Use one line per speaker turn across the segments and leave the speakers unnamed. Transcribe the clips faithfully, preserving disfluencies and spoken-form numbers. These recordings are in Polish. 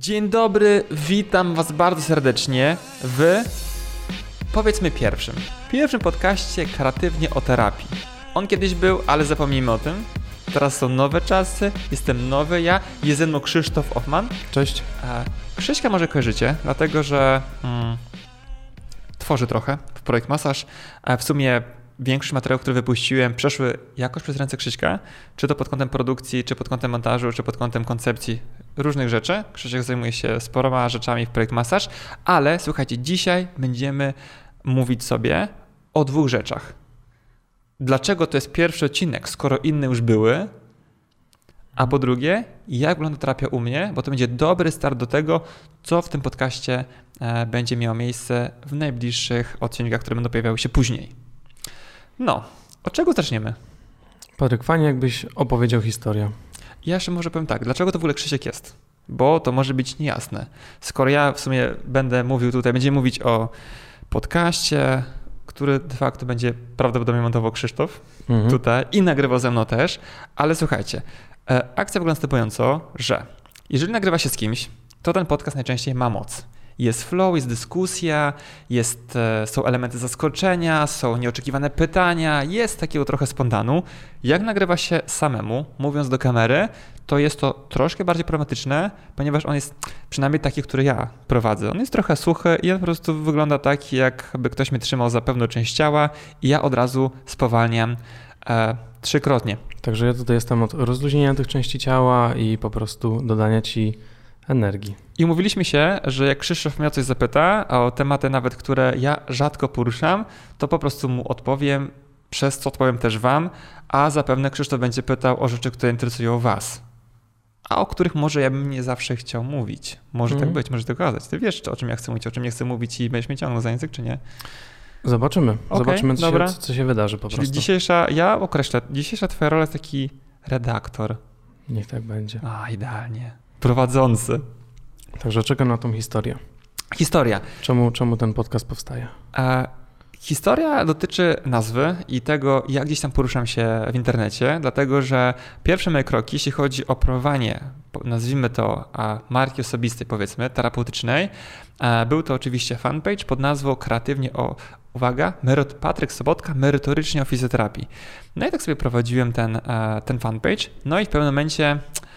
Dzień dobry, witam was bardzo serdecznie w, powiedzmy, pierwszym. Pierwszym podcaście kreatywnie o terapii. On kiedyś był, ale zapomnijmy o tym. Teraz są nowe czasy, jestem nowy ja, jest ze mną Krzysztof Hoffman.
Cześć.
Krzyśka może kojarzycie, dlatego że mm, tworzy trochę w Projekt Masaż. W sumie większość materiałów, które wypuściłem, przeszły jakoś przez ręce Krzyśka, czy to pod kątem produkcji, czy pod kątem montażu, czy pod kątem koncepcji różnych rzeczy. Krzysiek zajmuje się sporoma rzeczami w Projekt Masaż, ale słuchajcie, dzisiaj będziemy mówić sobie o dwóch rzeczach. Dlaczego to jest pierwszy odcinek, skoro inne już były? A po drugie, jak wygląda terapia u mnie, bo to będzie dobry start do tego, co w tym podcaście e, będzie miało miejsce w najbliższych odcinkach, które będą pojawiały się później. No, od czego zaczniemy?
Patryk, fajnie jakbyś opowiedział historię.
Ja jeszcze może powiem tak, dlaczego to w ogóle Krzysiek jest? Bo to może być niejasne. Skoro ja w sumie będę mówił tutaj, będziemy mówić o podcaście, który de facto będzie prawdopodobnie montował Krzysztof mhm. tutaj i nagrywał ze mną też, ale słuchajcie, akcja wygląda następująco, że jeżeli nagrywa się z kimś, to ten podcast najczęściej ma moc. Jest flow, jest dyskusja, jest, są elementy zaskoczenia, są nieoczekiwane pytania, jest takiego trochę spontanu. Jak nagrywa się samemu, mówiąc do kamery, to jest to troszkę bardziej problematyczne, ponieważ on jest przynajmniej taki, który ja prowadzę. On jest trochę suchy i on po prostu wygląda tak, jakby ktoś mnie trzymał za pewną część ciała i ja od razu spowalniam e, trzykrotnie.
Także ja tutaj jestem od rozluźnienia tych części ciała i po prostu dodania ci energii.
I umówiliśmy się, że jak Krzysztof mnie o coś zapyta, o tematy nawet, które ja rzadko poruszam, to po prostu mu odpowiem, przez co odpowiem też wam, a zapewne Krzysztof będzie pytał o rzeczy, które interesują was, a o których może ja bym nie zawsze chciał mówić. Może mm. tak być, może to okazać. Ty wiesz, o czym ja chcę mówić, o czym nie chcę mówić i będziesz mnie ciągnął za język, czy nie?
Zobaczymy.
Okay,
Zobaczymy, co
dobra.
się, co się wydarzy po
Czyli
prostu.
dzisiejsza, ja określę, dzisiejsza twoja rola jest taki redaktor.
Niech tak będzie.
A, idealnie. Prowadzący.
Także czekam na tą historię.
Historia.
Czemu, czemu ten podcast powstaje?
E, historia dotyczy nazwy i tego, jak gdzieś tam poruszam się w internecie, dlatego że pierwsze moje kroki, jeśli chodzi o promowanie, nazwijmy to a, marki osobistej, powiedzmy, terapeutycznej, e, był to oczywiście fanpage pod nazwą kreatywnie o, uwaga, Meryt, Patryk Sobotka, merytorycznie o fizjoterapii. No i tak sobie prowadziłem ten, e, ten fanpage, no i w pewnym momencie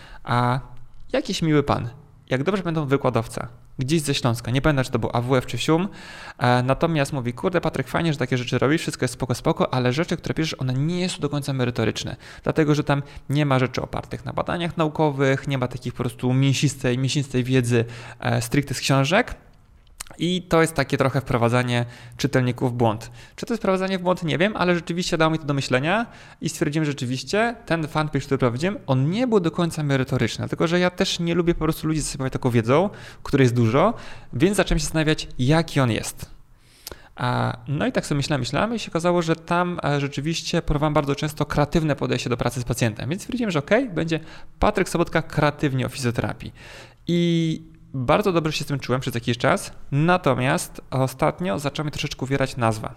a, jakiś miły pan, jak dobrze będą wykładowca, gdzieś ze Śląska, nie pamiętam, czy to był A W F czy S I U M, e, natomiast mówi, kurde Patryk, fajnie, że takie rzeczy robisz, wszystko jest spoko, spoko, ale rzeczy, które piszesz, one nie są do końca merytoryczne, dlatego, że tam nie ma rzeczy opartych na badaniach naukowych, nie ma takich po prostu mięsistej, mięsistej wiedzy e, stricte z książek. I to jest takie trochę wprowadzanie czytelników w błąd. Czy to jest wprowadzanie w błąd? Nie wiem, ale rzeczywiście dało mi to do myślenia i stwierdziłem, że rzeczywiście ten fanpage, który prowadziłem, on nie był do końca merytoryczny, tylko że ja też nie lubię po prostu ludzi zasypywać taką wiedzą, której jest dużo, więc zacząłem się zastanawiać, jaki on jest. No i tak sobie myślałem, myślałem i się okazało, że tam rzeczywiście próbowałem bardzo często kreatywne podejście do pracy z pacjentem, więc stwierdziłem, że okej, okay, będzie Patryk Sobotka kreatywnie o fizjoterapii. I bardzo dobrze się z tym czułem przez jakiś czas, natomiast ostatnio zaczęła mi troszeczkę uwierać nazwa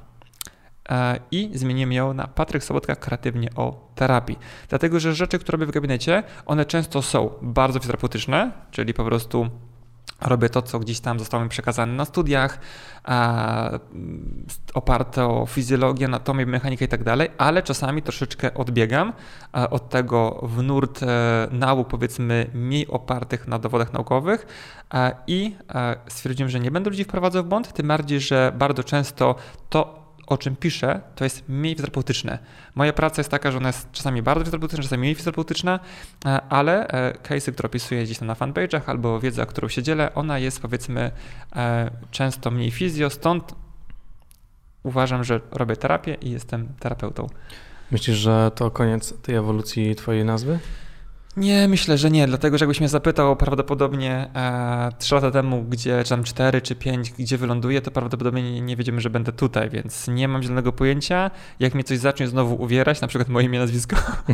i zmieniłem ją na Patryk Sobotka kreatywnie o terapii. Dlatego, że rzeczy, które robię w gabinecie, one często są bardzo fizjoterapeutyczne, czyli po prostu robię to, co gdzieś tam zostało mi przekazane na studiach, a, oparte o fizjologię, anatomię, mechanikę i tak dalej, ale czasami troszeczkę odbiegam a, od tego w nurt e, nauk, powiedzmy, mniej opartych na dowodach naukowych a, i a, stwierdziłem, że nie będę ludzi wprowadzał w błąd, tym bardziej, że bardzo często to, o czym piszę, to jest mniej fizjoterapeutyczne. Moja praca jest taka, że ona jest czasami bardzo fizjoterapeutyczna, czasami mniej fizjoterapeutyczna, ale case'y, które opisuję gdzieś tam na fanpage'ach albo wiedza, którą się dzielę, ona jest powiedzmy często mniej fizjo, stąd uważam, że robię terapię i jestem terapeutą.
Myślisz, że to koniec tej ewolucji twojej nazwy?
Nie, myślę, że nie, dlatego że jakbyś mnie zapytał prawdopodobnie e, trzy lata temu, gdzie, czy tam cztery, czy pięć, gdzie wyląduję, to prawdopodobnie nie, nie wiedziemy, że będę tutaj, więc nie mam zielonego pojęcia. Jak mnie coś zacznie znowu uwierać, na przykład moje imię, nazwisko,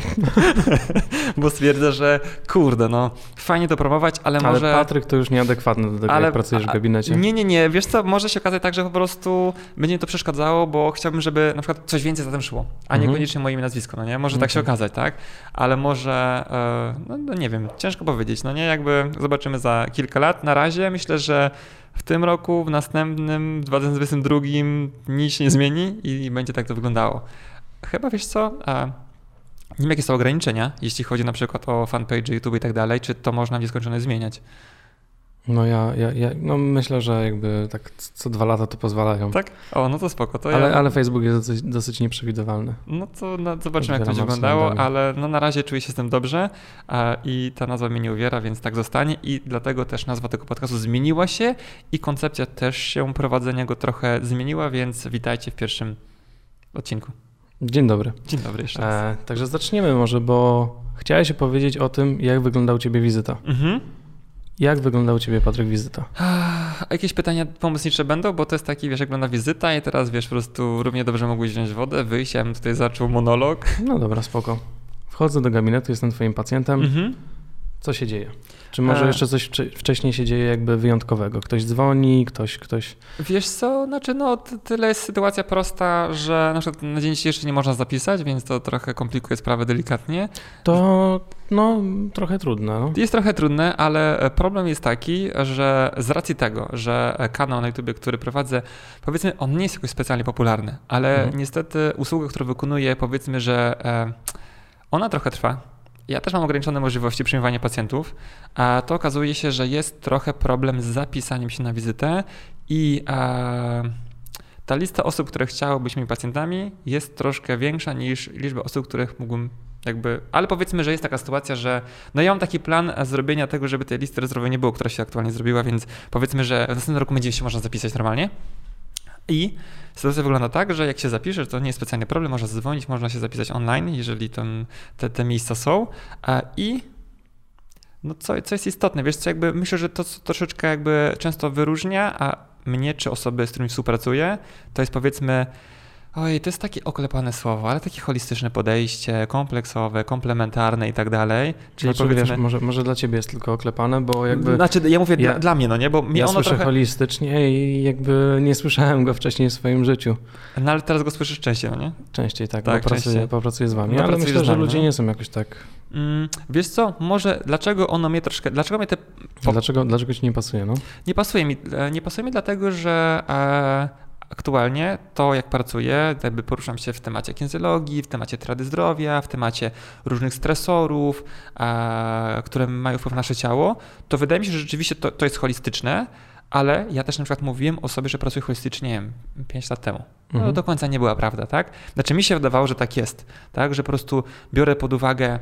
bo stwierdzę, że kurde, no fajnie to promować, ale, ale może...
Ale Patryk to już nieadekwatny do tego, ale, jak pracujesz w gabinecie.
Nie, nie, nie, wiesz co, może się okazać tak, że po prostu będzie mi to przeszkadzało, bo chciałbym, żeby na przykład coś więcej za tym szło, a
mhm.
niekoniecznie moje imię, nazwisko, no nie? Może
okay.
tak się okazać, tak? Ale może... E, no, no nie wiem, ciężko powiedzieć, no nie, jakby zobaczymy za kilka lat. Na razie myślę, że w tym roku, w następnym, w dwa tysiące dwudziestym drugim nic się nie zmieni i będzie tak to wyglądało. Chyba wiesz co, a nie wiem jakie są ograniczenia, jeśli chodzi na przykład o fanpage, YouTube i tak dalej, czy to można w nieskończoność zmieniać?
No ja, ja, ja no myślę, że jakby tak co dwa lata to pozwalają.
Tak? O, no to spoko. To
ale,
ja...
ale Facebook jest dosyć, dosyć nieprzewidywalny.
No to no, zobaczymy, jak to będzie wyglądało, ale no na razie czuję się z tym dobrze a, i ta nazwa mnie nie uwiera, więc tak zostanie i dlatego też nazwa tego podcastu zmieniła się i koncepcja też się prowadzenia go trochę zmieniła, więc witajcie w pierwszym odcinku.
Dzień dobry.
Dzień dobry jeszcze raz.
E, także zaczniemy może, bo chciałeś opowiedzieć o tym, jak wyglądała u ciebie wizyta. Mhm. Jak wyglądał u ciebie, Patryk, wizyta?
A jakieś pytania pomocnicze będą? Bo to jest taki, wiesz, jak wygląda wizyta i teraz, wiesz, po prostu równie dobrze mogłeś wziąć wodę, wyjść, ja bym tutaj zaczął monolog.
No dobra, spoko. Wchodzę do gabinetu, jestem twoim pacjentem. Mhm. Co się dzieje? Czy może jeszcze coś wcześniej się dzieje jakby wyjątkowego? Ktoś dzwoni, ktoś, ktoś...
Wiesz co, znaczy no tyle jest sytuacja prosta, że na przykład na dzień dzisiejszy nie można zapisać, więc to trochę komplikuje sprawę delikatnie.
To no trochę trudne. No.
Jest trochę trudne, ale problem jest taki, że z racji tego, że kanał na YouTubie, który prowadzę, powiedzmy on nie jest jakoś specjalnie popularny, ale mhm. niestety usługa, którą wykonuję, powiedzmy, że ona trochę trwa. Ja też mam ograniczone możliwości przyjmowania pacjentów, a to okazuje się, że jest trochę problem z zapisaniem się na wizytę i a, ta lista osób, które chciały być moimi pacjentami jest troszkę większa niż liczba osób, których mógłbym jakby, ale powiedzmy, że jest taka sytuacja, że no ja mam taki plan zrobienia tego, żeby tej listy rezerwowej nie było, która się aktualnie zrobiła, więc powiedzmy, że w następnym roku będzie się można zapisać normalnie. I sytuacja wygląda tak, że jak się zapiszesz, to nie jest specjalnie problem, można zadzwonić, można się zapisać online, jeżeli ten, te, te miejsca są. I no co, co jest istotne, wiesz co, jakby myślę, że to, co troszeczkę jakby często wyróżnia, a mnie czy osoby, z którymi współpracuję, to jest powiedzmy, oj, to jest takie oklepane słowo, ale takie holistyczne podejście, kompleksowe, komplementarne i tak dalej.
Czyli znaczy, powiedzmy... wiesz, może, może dla ciebie jest tylko oklepane, bo jakby...
Znaczy, ja mówię ja, dla, dla mnie, no nie, bo mi
ja
ono
słyszę
trochę...
holistycznie i jakby nie słyszałem go wcześniej w swoim życiu.
No ale teraz go słyszysz częściej, no nie?
Częściej, tak,
tak
bo pracuję, pracuję z wami,
no,
ale myślę,
nami,
że ludzie
no?
nie są jakoś tak...
Mm, wiesz co, może dlaczego ono mnie troszkę... Dlaczego mnie te...
Po... Dlaczego, dlaczego ci nie pasuje, no?
Nie pasuje mi, nie pasuje mi dlatego, że... E... Aktualnie to, jak pracuję, jakby poruszam się w temacie kinezjologii, w temacie trady zdrowia, w temacie różnych stresorów, a, które mają wpływ na nasze ciało, to wydaje mi się, że rzeczywiście to, to jest holistyczne, ale ja też na przykład mówiłem o sobie, że pracuję holistycznie pięć lat temu. No mhm. do końca nie była prawda, tak? Znaczy mi się wydawało, że tak jest, tak? Że po prostu biorę pod uwagę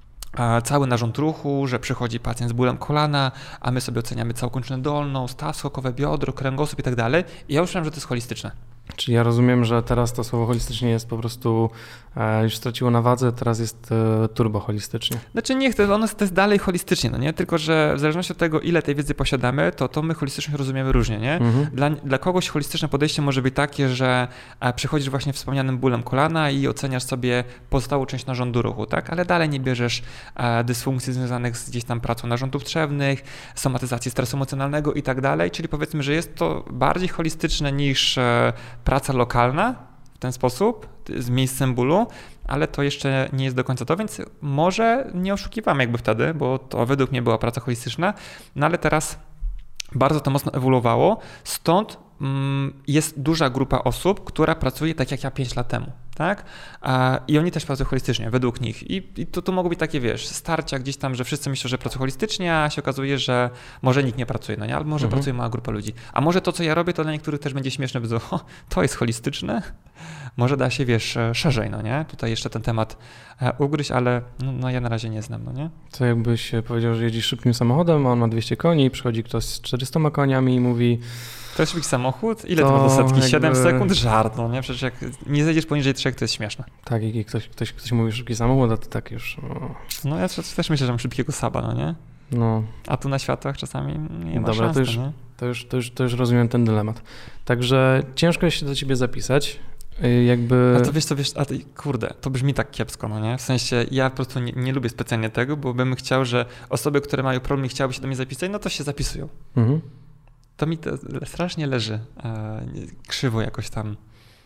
cały narząd ruchu, że przychodzi pacjent z bólem kolana, a my sobie oceniamy całą kończynę dolną, staw skokowe, biodro, kręgosłup i tak dalej. I ja już myślałem, że to jest holistyczne.
Czyli ja rozumiem, że teraz to słowo holistycznie jest po prostu e, już straciło na wadze, teraz jest e, turbo holistycznie.
Znaczy nie chcę, ono to jest dalej holistycznie, no nie? Tylko że w zależności od tego, ile tej wiedzy posiadamy, to to my holistycznie rozumiemy różnie, nie? Mhm. Dla, dla kogoś holistyczne podejście może być takie, że e, przychodzisz właśnie wspomnianym bólem kolana i oceniasz sobie pozostałą część narządu ruchu, tak? Ale dalej nie bierzesz e, dysfunkcji związanych z gdzieś tam pracą narządów trzewnych, somatyzacji stresu emocjonalnego i tak dalej, czyli powiedzmy, że jest to bardziej holistyczne niż e, praca lokalna w ten sposób, z miejscem bólu, ale to jeszcze nie jest do końca to, więc może nie oszukiwam jakby wtedy, bo to według mnie była praca holistyczna, no ale teraz bardzo to mocno ewoluowało, stąd mm, jest duża grupa osób, która pracuje tak jak ja pięć lat temu, tak? A, i oni też pracują holistycznie, według nich. I, i to, to mogą być takie, wiesz, starcia gdzieś tam, że wszyscy myślą, że pracują holistycznie, a się okazuje, że może nikt nie pracuje, no nie? Albo może mhm. pracuje mała grupa ludzi. A może to, co ja robię, to dla niektórych też będzie śmieszne, bo o, to jest holistyczne? Może da się, wiesz, szerzej, no nie? Tutaj jeszcze ten temat ugryźć, ale no, no ja na razie nie znam, no nie?
To jakbyś powiedział, że jedziesz szybkim samochodem, a on ma dwieście koni, przychodzi ktoś z czterystoma koniami i mówi...
To jest szybki samochód? Ile to, to ma do setki? Jakby... siedem sekund? Żart, no nie? Przecież jak nie zejdziesz poniżej trzech, to jest śmieszne.
Tak, i ktoś, ktoś, ktoś mówi szybki samochód, a to tak już... No,
no ja też myślę, że mam szybkiego saba, no nie?
No.
A tu na światłach czasami nie ma
Dobra,
szans,
to już,
nie?
To, już, to, już, to już rozumiem ten dylemat. Także ciężko jest się do ciebie zapisać. Jakby...
A to wiesz co, wiesz, a to, kurde, to brzmi tak kiepsko, no nie? W sensie ja po prostu nie, nie lubię specjalnie tego, bo bym chciał, że osoby, które mają problem i chciałyby się do mnie zapisać, no to się zapisują. Mhm. To mi to strasznie leży e, krzywo jakoś tam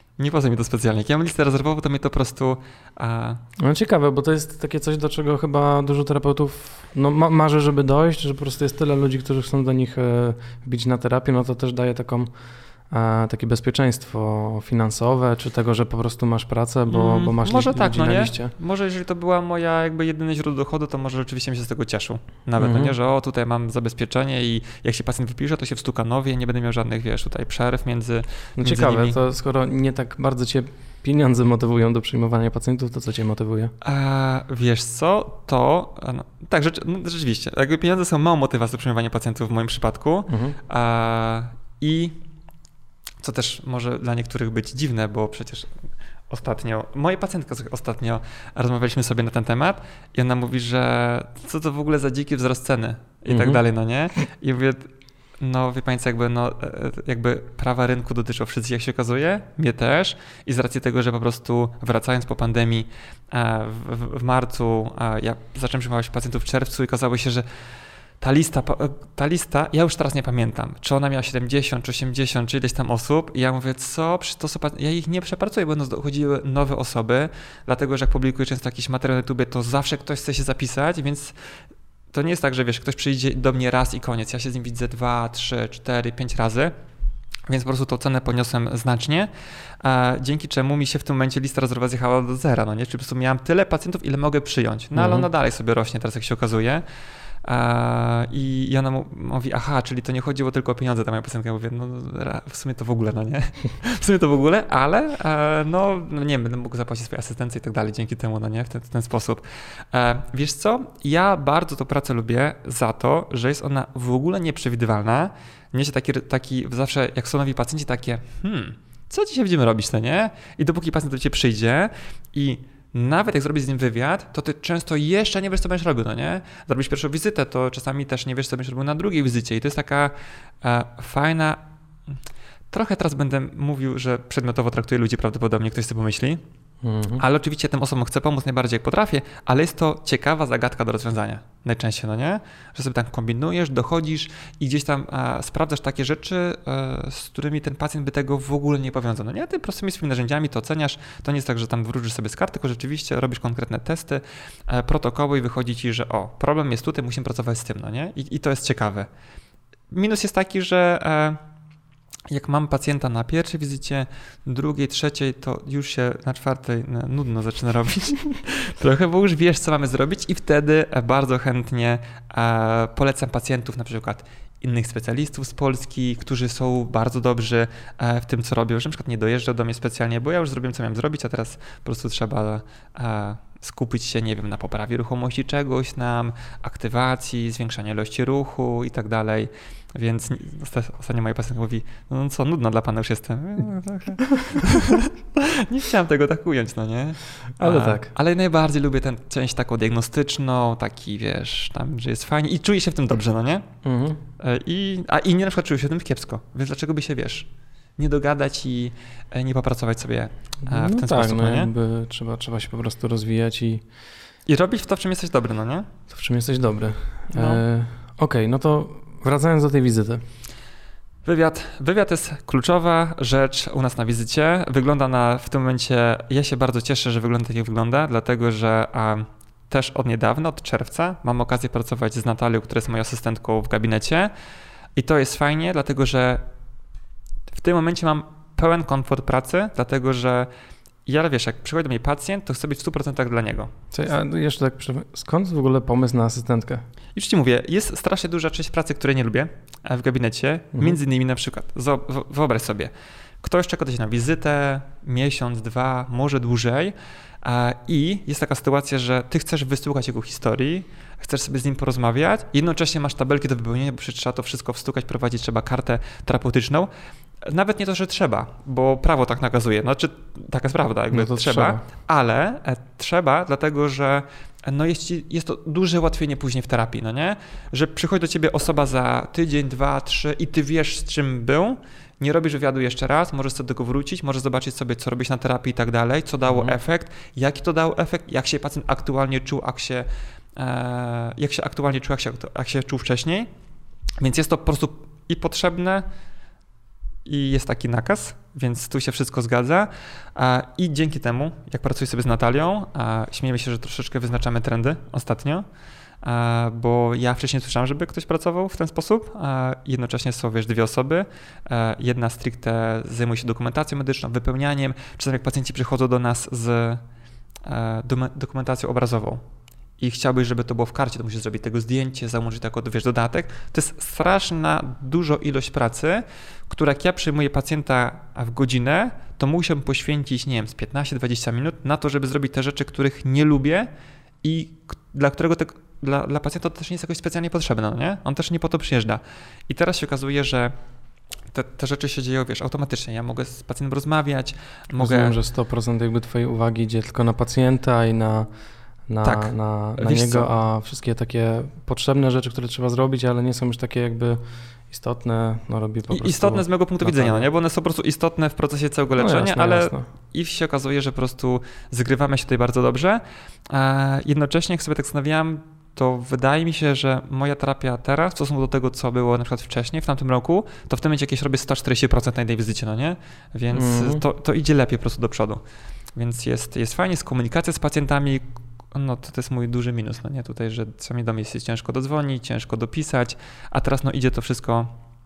Nie po co mi to specjalnie. Jak ja mam listę rezerwową, to mnie to po prostu... A...
No ciekawe, bo to jest takie coś, do czego chyba dużo terapeutów no, ma- marzy, żeby dojść, że po prostu jest tyle ludzi, którzy chcą do nich e, wbić na terapię, no to też daje taką, e, takie bezpieczeństwo finansowe, czy tego, że po prostu masz pracę, bo,
mm,
bo masz
może
li-
tak,
ludzi
no
na
nie?
liście.
Może jeżeli to była moja jakby jedyne źródło dochodu, to może rzeczywiście bym się z tego cieszył. Nawet,
Mhm.
no nie, że o, tutaj mam zabezpieczenie i jak się pacjent wypisze, to się wstuka nowie, nie będę miał żadnych, wiesz, tutaj przerw między,
No
między
ciekawe,
nimi.
to skoro nie tak bardzo cię pieniądze motywują do przyjmowania pacjentów, to co cię motywuje?
A, wiesz co, to no, tak, rzecz, no, rzeczywiście, jakby pieniądze są małą motywacją do przyjmowania pacjentów w moim przypadku
Mhm.
a, i co też może dla niektórych być dziwne, bo przecież ostatnio, moja pacjentka ostatnio rozmawialiśmy sobie na ten temat i ona mówi, że co to w ogóle za dziki wzrost ceny i
Mhm.
tak dalej, no nie? I mówię, no wie państwo, jakby, no, jakby prawa rynku dotyczą wszystkich, jak się okazuje, mnie też i z racji tego, że po prostu wracając po pandemii w, w, w marcu, ja zacząłem przyjmować pacjentów w czerwcu i okazało się, że ta lista, ta lista, ja już teraz nie pamiętam, czy ona miała siedemdziesiąt, czy osiemdziesiąt, czy ileś tam osób i ja mówię, co, to są, ja ich nie przepracuję, bo będą dochodziły nowe osoby, dlatego, że jak publikuję często jakiś materiał na YouTube, to zawsze ktoś chce się zapisać, więc to nie jest tak, że wiesz, ktoś przyjdzie do mnie raz i koniec, ja się z nim widzę dwa, trzy, cztery, pięć razy, więc po prostu tą cenę poniosłem znacznie, dzięki czemu mi się w tym momencie lista rezerwowa zjechała do zera, no nie, czyli po prostu miałem tyle pacjentów, ile mogę przyjąć, no ale ona dalej sobie rośnie teraz, jak się okazuje. I, I ona mówi, aha, czyli to nie chodziło tylko o pieniądze, ta moja piosenka. Ja mówię, no w sumie to w ogóle, no nie? W sumie to w ogóle, ale no, no nie wiem, będę mógł zapłacić swojej asystence i tak dalej dzięki temu, no nie? W ten, w ten sposób. Wiesz co? Ja bardzo tą pracę lubię za to, że jest ona w ogóle nieprzewidywalna. Niesie taki, taki zawsze, jak są nowi pacjenci, takie, hmm, co dzisiaj będziemy robić, no nie? I dopóki pacjent do ciebie przyjdzie i nawet jak zrobisz z nim wywiad, to ty często jeszcze nie wiesz, co będziesz robił, no nie? Zrobisz pierwszą wizytę, to czasami też nie wiesz, co będziesz robił na drugiej wizycie i to jest taka e, fajna... Trochę teraz będę mówił, że przedmiotowo traktuję ludzi prawdopodobnie, ktoś sobie pomyśli, mhm. ale oczywiście tym osobom chcę pomóc najbardziej jak potrafię, ale jest to ciekawa zagadka do rozwiązania najczęściej, no nie? Że sobie tam kombinujesz, dochodzisz i gdzieś tam e, sprawdzasz takie rzeczy, e, z którymi ten pacjent by tego w ogóle nie powiązał, no nie? Ty prostymi swoimi narzędziami to oceniasz, to nie jest tak, że tam wróżysz sobie z kart, tylko rzeczywiście robisz konkretne testy, e, protokoły i wychodzi ci, że o, problem jest tutaj, musimy pracować z tym, no nie? I, i to jest ciekawe. Minus jest taki, że e, jak mam pacjenta na pierwszej wizycie, drugiej, trzeciej, to już się na czwartej nudno zaczyna robić trochę, bo już wiesz, co mamy zrobić i wtedy bardzo chętnie e, polecam pacjentów, na przykład innych specjalistów z Polski, którzy są bardzo dobrzy e, w tym, co robią, że na przykład nie dojeżdżał do mnie specjalnie, bo ja już zrobiłem, co miałem zrobić, a teraz po prostu trzeba e, skupić się, nie wiem, na poprawie ruchomości czegoś nam, aktywacji, zwiększaniu ilości ruchu i tak dalej. Więc ostatnio moja pacjentka mówi, no co, nudna dla pana już jestem. Nie chciałem tego tak ująć, no nie?
Ale
a,
tak.
Ale najbardziej lubię tę część taką diagnostyczną, taki wiesz, tam, że jest fajnie i czuję się w tym dobrze, no nie? Mhm. I, a inni na przykład czują się w tym kiepsko, więc dlaczego by się, wiesz, nie dogadać i nie popracować sobie w ten
no
sposób,
tak, no,
no nie?
Jakby trzeba, trzeba się po prostu rozwijać i...
I robić w to, w czym jesteś dobry, no nie?
To, w czym jesteś dobry.
No.
E, Okej, okay, no to wracając do tej wizyty.
Wywiad. Wywiad jest kluczowa rzecz u nas na wizycie. Wygląda na, w tym momencie, ja się bardzo cieszę, że wygląda tak jak wygląda, dlatego że a, też od niedawna, od czerwca, mam okazję pracować z Natalią, która jest moją asystentką w gabinecie i to jest fajnie, dlatego że w tym momencie mam pełen komfort pracy, dlatego że ja, wiesz, jak przychodzi do mnie pacjent, to chcę być w stu procentach dla niego.
Co, a jeszcze tak, skąd w ogóle pomysł na asystentkę?
Już ci mówię, jest strasznie duża część pracy, której nie lubię w gabinecie, mhm. między innymi na przykład, wyobraź sobie, ktoś czeka do ciebie na wizytę, miesiąc, dwa, może dłużej i jest taka sytuacja, że ty chcesz wysłuchać jego historii, chcesz sobie z nim porozmawiać, jednocześnie masz tabelki do wypełnienia, bo przecież trzeba to wszystko wstukać, prowadzić trzeba kartę terapeutyczną. Nawet nie to, że trzeba, bo prawo tak nakazuje, znaczy taka jest prawda, jakby no to trzeba, trzeba, ale trzeba dlatego, że no jest, jest to duże ułatwienie później w terapii, no nie? Że przychodzi do ciebie osoba za tydzień, dwa, trzy i ty wiesz, z czym był, nie robisz wywiadu jeszcze raz, możesz sobie do tego wrócić, możesz zobaczyć sobie, co robisz na terapii i tak dalej, co dało mhm. efekt, jaki to dało efekt, jak się pacjent aktualnie czuł, jak się, e, jak się aktualnie czuł, jak się, jak się czuł wcześniej, więc jest to po prostu i potrzebne, i jest taki nakaz, więc tu się wszystko zgadza i dzięki temu, jak pracuję sobie z Natalią, śmiejemy się, że troszeczkę wyznaczamy trendy ostatnio, bo ja wcześniej słyszałem, żeby ktoś pracował w ten sposób, jednocześnie są, wiesz, dwie osoby, jedna stricte zajmuje się dokumentacją medyczną, wypełnianiem, czasami jak pacjenci przychodzą do nas z dokumentacją obrazową i chciałbyś, żeby to było w karcie, to musisz zrobić tego zdjęcie, załączyć jako, wiesz, dodatek. To jest straszna dużo ilość pracy, która jak ja przyjmuję pacjenta w godzinę, to musiałbym poświęcić, nie wiem, z piętnaście do dwudziestu minut na to, żeby zrobić te rzeczy, których nie lubię i dla którego te, dla, dla pacjenta to też nie jest jakoś specjalnie potrzebne, no nie? On też nie po to przyjeżdża. I teraz się okazuje, że Te, te rzeczy się dzieją, wiesz, automatycznie. Ja mogę z pacjentem rozmawiać, mogę...
Rozumiem, że sto procent jakby twojej uwagi idzie tylko na pacjenta i na, na,
tak.
na, na niego, co? A wszystkie takie potrzebne rzeczy, które trzeba zrobić, ale nie są już takie jakby istotne, no robi po prostu...
Istotne z mojego punktu widzenia, no nie? Bo one są po prostu istotne w procesie całego leczenia, no jasne, ale jasne. I się okazuje, że po prostu zgrywamy się tutaj bardzo dobrze. E, jednocześnie, jak sobie tak zastanawiałem, to wydaje mi się, że moja terapia teraz w stosunku do tego, co było na przykład wcześniej, w tamtym roku, to w tym momencie jakieś robię sto czterdzieści procent na jednej wizycie, no nie? Więc mm. to, to idzie lepiej po prostu do przodu. Więc jest, jest fajnie, jest komunikacja z pacjentami, no to, to jest mój duży minus, no nie? Tutaj, że czasami do mnie jest ciężko dodzwonić, ciężko dopisać, a teraz no idzie to wszystko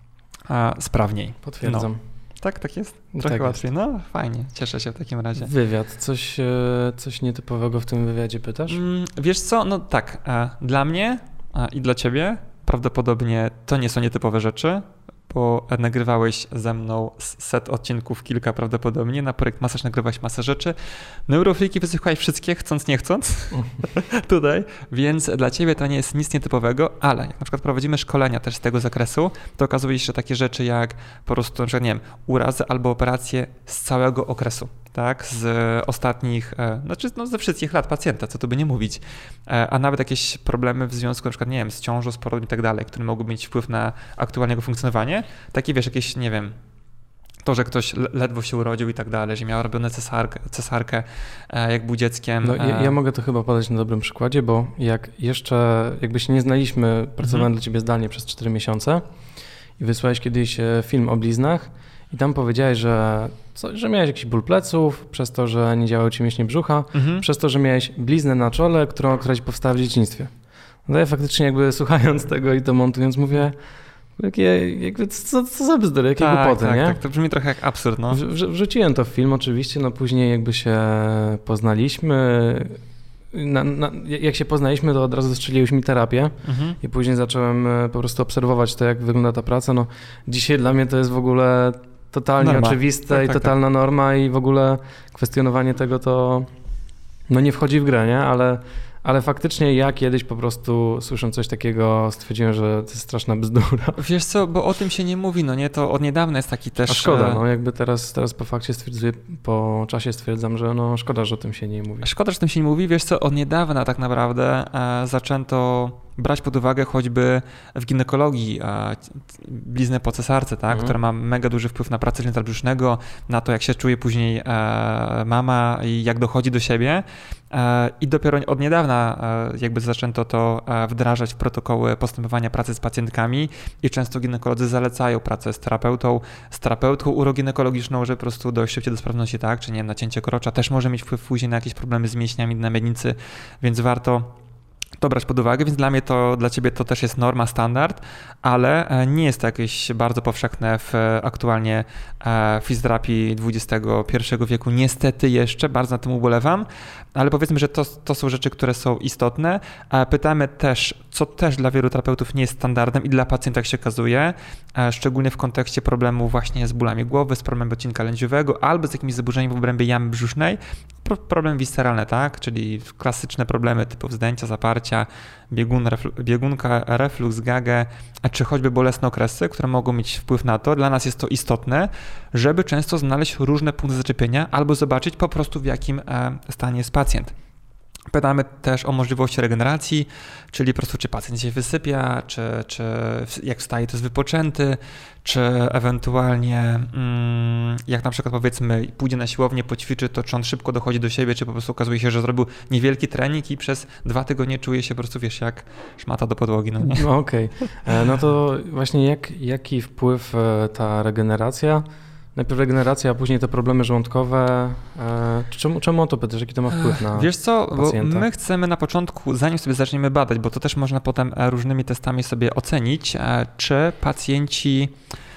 a, sprawniej.
Potwierdzam.
No. Tak, tak jest? Trochę
tak
łatwiej.
Jest.
No fajnie, cieszę się w takim razie.
Wywiad. Coś, coś nietypowego w tym wywiadzie pytasz?
Mm, wiesz co, no tak, dla mnie i dla ciebie prawdopodobnie to nie są nietypowe rzeczy, bo nagrywałeś ze mną set odcinków, kilka prawdopodobnie, na projekt Masaż nagrywałeś masę rzeczy. Neurofreaki wysłuchałeś wszystkie, chcąc nie chcąc, tutaj, więc dla ciebie to nie jest nic nietypowego, ale jak na przykład prowadzimy szkolenia też z tego zakresu, to okazuje się, że takie rzeczy jak po prostu, na przykład, nie wiem, urazy albo operacje z całego okresu, tak, z ostatnich, znaczy no ze wszystkich lat pacjenta, co tu by nie mówić, a nawet jakieś problemy w związku na przykład, nie wiem, z ciążą, z porodem i tak dalej, które mogą mieć wpływ na aktualne jego funkcjonowanie, takie wiesz, jakieś, nie wiem, to, że ktoś ledwo się urodził i tak dalej, że miał robione cesarkę, cesarkę jak był dzieckiem.
No, ja, ja mogę to chyba podać na dobrym przykładzie, bo jak jeszcze, jakby się nie znaliśmy, pracowałem mhm. dla ciebie zdalnie przez cztery miesiące i wysłałeś kiedyś film o bliznach i tam powiedziałeś, że, co, że miałeś jakiś ból pleców, przez to, że nie działały ci mięśnie brzucha, mhm. przez to, że miałeś bliznę na czole, którą, która ci powstała w dzieciństwie. No ja faktycznie jakby słuchając tego i to montując mówię, Jakie, jakby, co, co za bzdury, jakie
tak,
głupoty,
tak,
nie?
Tak, to brzmi trochę jak absurd, no.
W, wrzuciłem to w film oczywiście, no później jakby się poznaliśmy, na, na, jak się poznaliśmy, to od razu strzeliłeś mi terapię mhm. i później zacząłem po prostu obserwować to, jak wygląda ta praca, no dzisiaj dla mnie to jest w ogóle totalnie norma. Oczywiste tak, i tak, totalna tak. norma i w ogóle kwestionowanie tego to no nie wchodzi w grę, nie? Ale Ale faktycznie ja kiedyś po prostu słysząc coś takiego stwierdziłem, że to jest straszna bzdura.
Wiesz co, bo o tym się nie mówi, no nie, to od niedawna jest taki też...
A szkoda, no jakby teraz, teraz po fakcie stwierdzę, po czasie stwierdzam, że no szkoda, że o tym się nie mówi.
Szkoda, że o tym się nie mówi, wiesz co, od niedawna tak naprawdę e, zaczęto brać pod uwagę choćby w ginekologii e, bliznę po cesarce, tak, mhm. która ma mega duży wpływ na pracę języka brzusznego, na to jak się czuje później e, mama i jak dochodzi do siebie e, i dopiero od niedawna e, jakby zaczęto to e, wdrażać w protokoły postępowania pracy z pacjentkami i często ginekolodzy zalecają pracę z terapeutą, z terapeutką uroginekologiczną, że po prostu dojść szybciej do sprawności, tak, czy nie wiem, nacięcie krocza też może mieć wpływ później na jakieś problemy z mięśniami na miednicy, więc warto to brać pod uwagę, więc dla mnie to, dla ciebie to też jest norma, standard, ale nie jest to jakieś bardzo powszechne w aktualnie fizjoterapii dwudziestego pierwszego wieku. Niestety jeszcze, bardzo na tym ubolewam, ale powiedzmy, że to, to są rzeczy, które są istotne. Pytamy też, co też dla wielu terapeutów nie jest standardem i dla pacjenta, jak się okazuje, szczególnie w kontekście problemu właśnie z bólami głowy, z problemem odcinka lędźwiowego albo z jakimiś zaburzeniami w obrębie jamy brzusznej, problem visceralny, tak, czyli klasyczne problemy typu wzdęcia, zaparcia, biegun, reflu- biegunka, reflux, gagę, czy choćby bolesne okresy, które mogą mieć wpływ na to. Dla nas jest to istotne, żeby często znaleźć różne punkty zaczepienia albo zobaczyć po prostu, w jakim stanie jest pacjent. Pytamy też o możliwości regeneracji, czyli po prostu czy pacjent się wysypia, czy, czy jak wstaje to jest wypoczęty, czy ewentualnie mm, jak na przykład powiedzmy pójdzie na siłownię, poćwiczy, to czy on szybko dochodzi do siebie, czy po prostu okazuje się, że zrobił niewielki trening i przez dwa tygodnie czuje się po prostu, wiesz, jak szmata do podłogi. No, nie?
No okej, okay. No to właśnie jak, jaki wpływ ta regeneracja, najpierw regeneracja, a później te problemy żołądkowe. Czemu, czemu o to pytasz? Jaki to ma wpływ na
Wiesz co,
pacjenta?
Bo my chcemy na początku, zanim sobie zaczniemy badać, bo to też można potem różnymi testami sobie ocenić, czy pacjenci,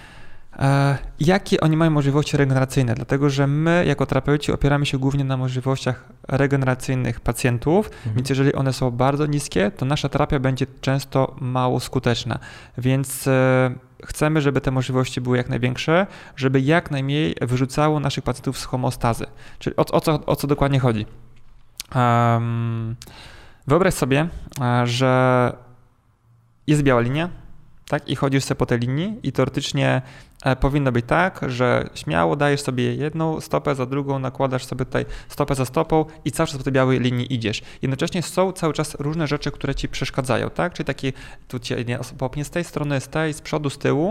jakie oni mają możliwości regeneracyjne, dlatego że my jako terapeuci opieramy się głównie na możliwościach regeneracyjnych pacjentów, mhm. więc jeżeli one są bardzo niskie, to nasza terapia będzie często mało skuteczna, więc chcemy, żeby te możliwości były jak największe, żeby jak najmniej wyrzucało naszych pacjentów z homeostazy. Czyli o, o, co, o co dokładnie chodzi? Um, wyobraź sobie, że jest biała linia, tak, i chodzisz sobie po tej linii i teoretycznie powinno być tak, że śmiało dajesz sobie jedną stopę za drugą, nakładasz sobie tutaj stopę za stopą i cały czas po tej białej linii idziesz. Jednocześnie są cały czas różne rzeczy, które ci przeszkadzają, tak? Czyli takie tu cię popchnie z tej strony, z tej, z przodu, z tyłu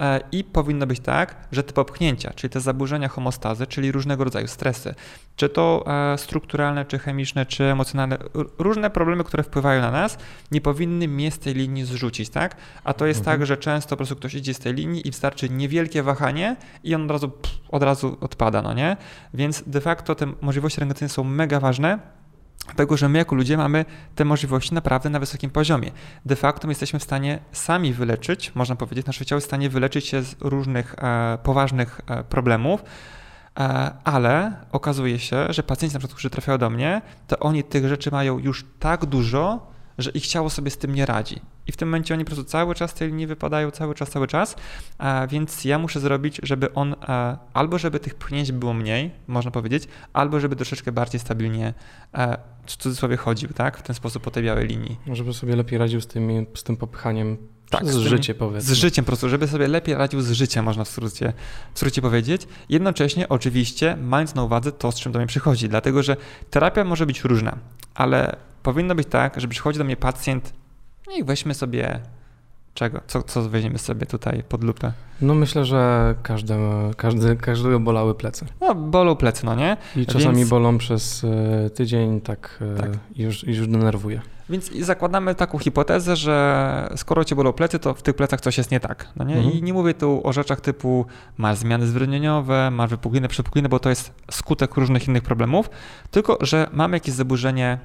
i powinno być tak, że te popchnięcia, czyli te zaburzenia homeostazy, czyli różnego rodzaju stresy, czy to strukturalne, czy chemiczne, czy emocjonalne, różne problemy, które wpływają na nas, nie powinny mnie z tej linii zrzucić, tak? A to jest mhm. tak, że często po prostu ktoś idzie z tej linii i wystarczy niewielkie wahanie i on od razu, pff, od razu odpada, no nie? Więc de facto te możliwości regeneracyjne są mega ważne, dlatego że my jako ludzie mamy te możliwości naprawdę na wysokim poziomie. De facto my jesteśmy w stanie sami wyleczyć, można powiedzieć, nasze ciało jest w stanie wyleczyć się z różnych e, poważnych e, problemów, e, ale okazuje się, że pacjenci na przykład, którzy trafiają do mnie, to oni tych rzeczy mają już tak dużo, że ich ciało sobie z tym nie radzi. I w tym momencie oni po prostu cały czas z tej linii wypadają, cały czas, cały czas, a więc ja muszę zrobić, żeby on, a, albo żeby tych pchnięć było mniej, można powiedzieć, albo żeby troszeczkę bardziej stabilnie, a, w cudzysłowie chodził, tak, w ten sposób po tej białej linii.
Żeby sobie lepiej radził z, tymi, z tym popychaniem,
tak,
z, z życiem powiedzmy.
Z życiem po prostu, żeby sobie lepiej radził z życiem, można w skrócie, w skrócie powiedzieć. Jednocześnie oczywiście mając na uwadze to, z czym do mnie przychodzi, dlatego że terapia może być różna, ale powinno być tak, że przychodzi do mnie pacjent, i weźmy sobie czego? Co, co weźmiemy sobie tutaj pod lupę?
No myślę, że każdy, każdy, każdego bolały plecy.
No bolą plecy, no nie?
I czasami Więc... bolą przez tydzień, tak, tak. I już, już denerwuje.
Więc zakładamy taką hipotezę, że skoro cię bolą plecy, to w tych plecach coś jest nie tak. No nie? Mhm. I nie mówię tu o rzeczach typu masz zmiany zwrotniowe, masz wypuklinę, przepuklinę, bo to jest skutek różnych innych problemów, tylko że mamy jakieś zaburzenie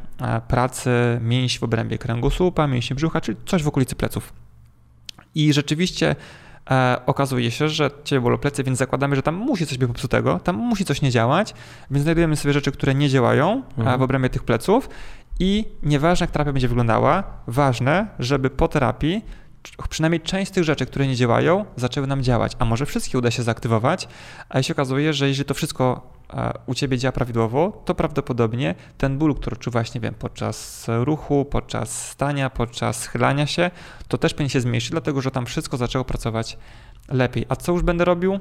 pracy mięśni w obrębie kręgosłupa, mięśni brzucha, czyli coś w okolicy pleców. I rzeczywiście e, okazuje się, że ciebie bolą plecy, więc zakładamy, że tam musi coś być popsutego, tam musi coś nie działać, więc znajdujemy sobie rzeczy, które nie działają mhm. w obrębie tych pleców i nieważne jak terapia będzie wyglądała, ważne, żeby po terapii przynajmniej część z tych rzeczy, które nie działają, zaczęły nam działać, a może wszystkie uda się zaaktywować, a się okazuje, że jeżeli to wszystko u ciebie działa prawidłowo, to prawdopodobnie ten ból, który odczuwasz, nie wiem, podczas ruchu, podczas stania, podczas schylania się, to też powinien się zmniejszyć, dlatego że tam wszystko zaczęło pracować lepiej. A co już będę robił?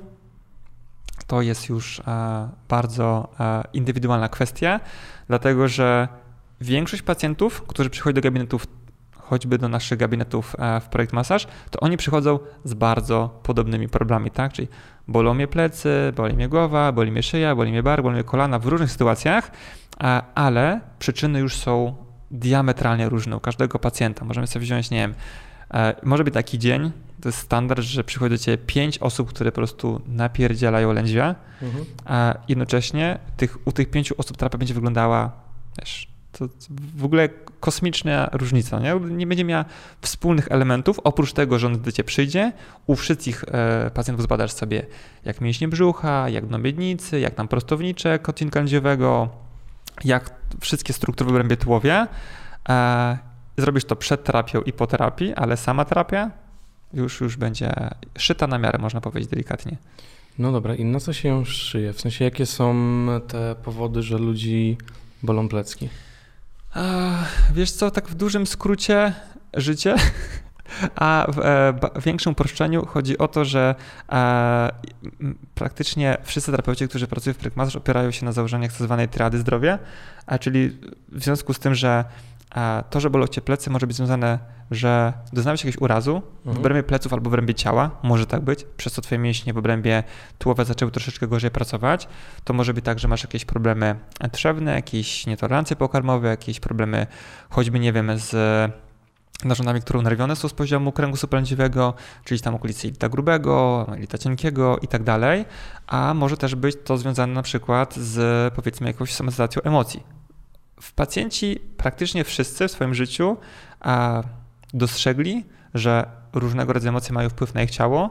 To jest już bardzo indywidualna kwestia, dlatego że większość pacjentów, którzy przychodzi do gabinetów, choćby do naszych gabinetów w Projekt Masaż, to oni przychodzą z bardzo podobnymi problemami, tak? Czyli bolą mnie plecy, boli mnie głowa, boli mnie szyja, boli mnie bark, boli mnie kolana w różnych sytuacjach, ale przyczyny już są diametralnie różne u każdego pacjenta. Możemy sobie wziąć, nie wiem, może być taki dzień, to jest standard, że przychodzi do ciebie pięć osób, które po prostu napierdzielają lędźwia, mhm. a jednocześnie tych, u tych pięciu osób terapia będzie wyglądała, wiesz, to w ogóle kosmiczna różnica, nie? Nie będzie miała wspólnych elementów, oprócz tego, że on do ciebie przyjdzie, u wszystkich e, pacjentów zbadasz sobie jak mięśnie brzucha, jak dno miednicy, jak tam prostownicze odcinka lędźwiowego, jak wszystkie struktury w obrębie tułowia. E, zrobisz to przed terapią i po terapii, ale sama terapia już, już będzie szyta na miarę, można powiedzieć delikatnie.
No dobra, i na co się ją szyje? W sensie, jakie są te powody, że ludzi bolą plecki?
Wiesz co, tak w dużym skrócie życie, A w e, większym uproszczeniu chodzi o to, że e, praktycznie wszyscy terapeuci, którzy pracują w Project opierają się na założeniach tzw. triady zdrowia, a czyli w związku z tym, że e, to, że bolą cię plecy może być związane, że doznałeś jakiegoś urazu mhm. w obrębie pleców albo w obrębie ciała, może tak być, przez co twoje mięśnie w obrębie tułowe zaczęły troszeczkę gorzej pracować. To może być tak, że masz jakieś problemy trzewne, jakieś nietolerancje pokarmowe, jakieś problemy choćby, nie wiem, z narządami, które unerwione są z poziomu kręgu prędziwego, czyli tam okolicy jelita grubego, jelita cienkiego i tak dalej, a może też być to związane na przykład z, powiedzmy, jakąś somatyzacją emocji. W pacjenci praktycznie wszyscy w swoim życiu a, dostrzegli, że różnego rodzaju emocje mają wpływ na ich ciało,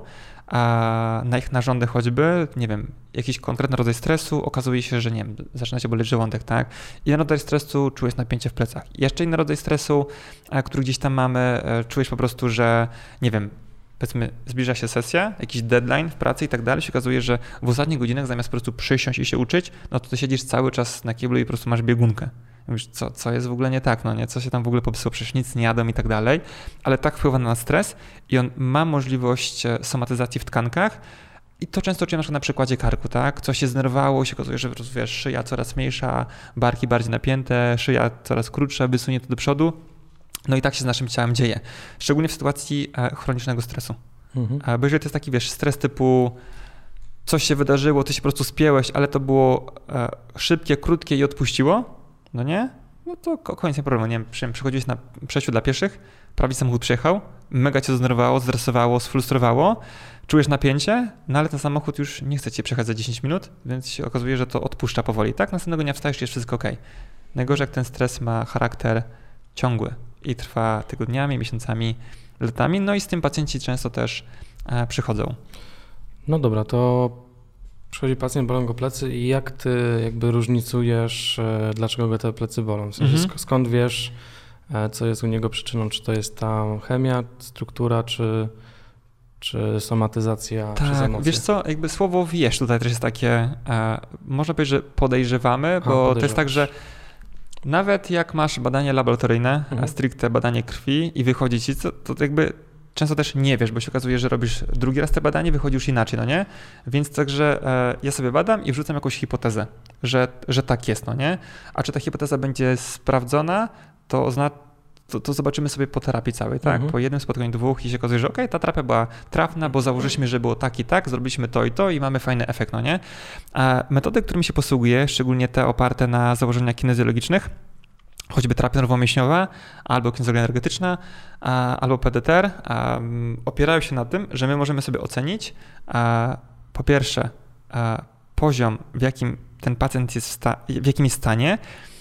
a na ich narządy choćby, nie wiem, jakiś konkretny rodzaj stresu, okazuje się, że nie wiem, zaczyna się boleć żołądek, tak? Inny rodzaj stresu, czujesz napięcie w plecach. Jeszcze inny rodzaj stresu, który gdzieś tam mamy, czujesz po prostu, że nie wiem, powiedzmy zbliża się sesja, jakiś deadline w pracy i tak dalej, się okazuje, że w ostatnich godzinach zamiast po prostu przysiąść i się uczyć, no to ty siedzisz cały czas na kiblu i po prostu masz biegunkę. Mówisz, co, co jest w ogóle nie tak, no nie, co się tam w ogóle popsuło, przecież nic nie jadą i tak dalej, ale tak wpływa na nas stres i on ma możliwość somatyzacji w tkankach i to często czujemy na przykładzie karku, tak, coś się zdenerwowało, się okazuje, że po prostu, wiesz, szyja coraz mniejsza, barki bardziej napięte, szyja coraz krótsza, wysunięta do przodu, no i tak się z naszym ciałem dzieje, szczególnie w sytuacji chronicznego stresu, mhm. bo jeżeli to jest taki, wiesz, stres typu coś się wydarzyło, ty się po prostu spięłeś, ale to było szybkie, krótkie i odpuściło, no nie? No to koniec problemu. Nie wiem, przychodziłeś na przejściu dla pieszych, prawie samochód przyjechał, mega cię zdenerwowało, zstresowało, sfrustrowało, czujesz napięcie, no ale ten samochód już nie chce cię przejechać za dziesięć minut, więc się okazuje, że to odpuszcza powoli. Tak, następnego dnia wstajesz i jest wszystko okej. Najgorzej, jak ten stres ma charakter ciągły i trwa tygodniami, miesiącami, latami, no i z tym pacjenci często też e, przychodzą.
No dobra, to przychodzi pacjent, bolą go plecy i jak ty jakby różnicujesz, dlaczego go te plecy bolą? W sensie mhm. skąd wiesz, co jest u niego przyczyną? Czy to jest ta chemia, struktura, czy, czy somatyzacja
tak, przez emocje? Wiesz co, jakby słowo wiesz tutaj też jest takie, e, można powiedzieć, że podejrzewamy, bo to jest tak, że nawet jak masz badanie laboratoryjne, mhm. stricte badanie krwi i wychodzi ci, to, to jakby często też nie wiesz, bo się okazuje, że robisz drugi raz te badanie, wychodzi już inaczej, no nie? Więc także e, ja sobie badam i wrzucam jakąś hipotezę, że, że tak jest, no nie? A czy ta hipoteza będzie sprawdzona, to oznacza, to, to zobaczymy sobie po terapii całej, tak? Mhm. Po jednym spotkaniu, dwóch i się okazuje, że okej, okay, ta terapia była trafna, bo założyliśmy, że było tak i tak, zrobiliśmy to i to i mamy fajny efekt, no nie? A metody, którymi się posługuję, szczególnie te oparte na założeniach kinezjologicznych, choćby terapia nerwowo-mięśniowa, albo kinezjologia energetyczna, albo P D T R, opierają się na tym, że my możemy sobie ocenić po pierwsze poziom, w jakim ten pacjent jest w, sta- w jakim jest stanie.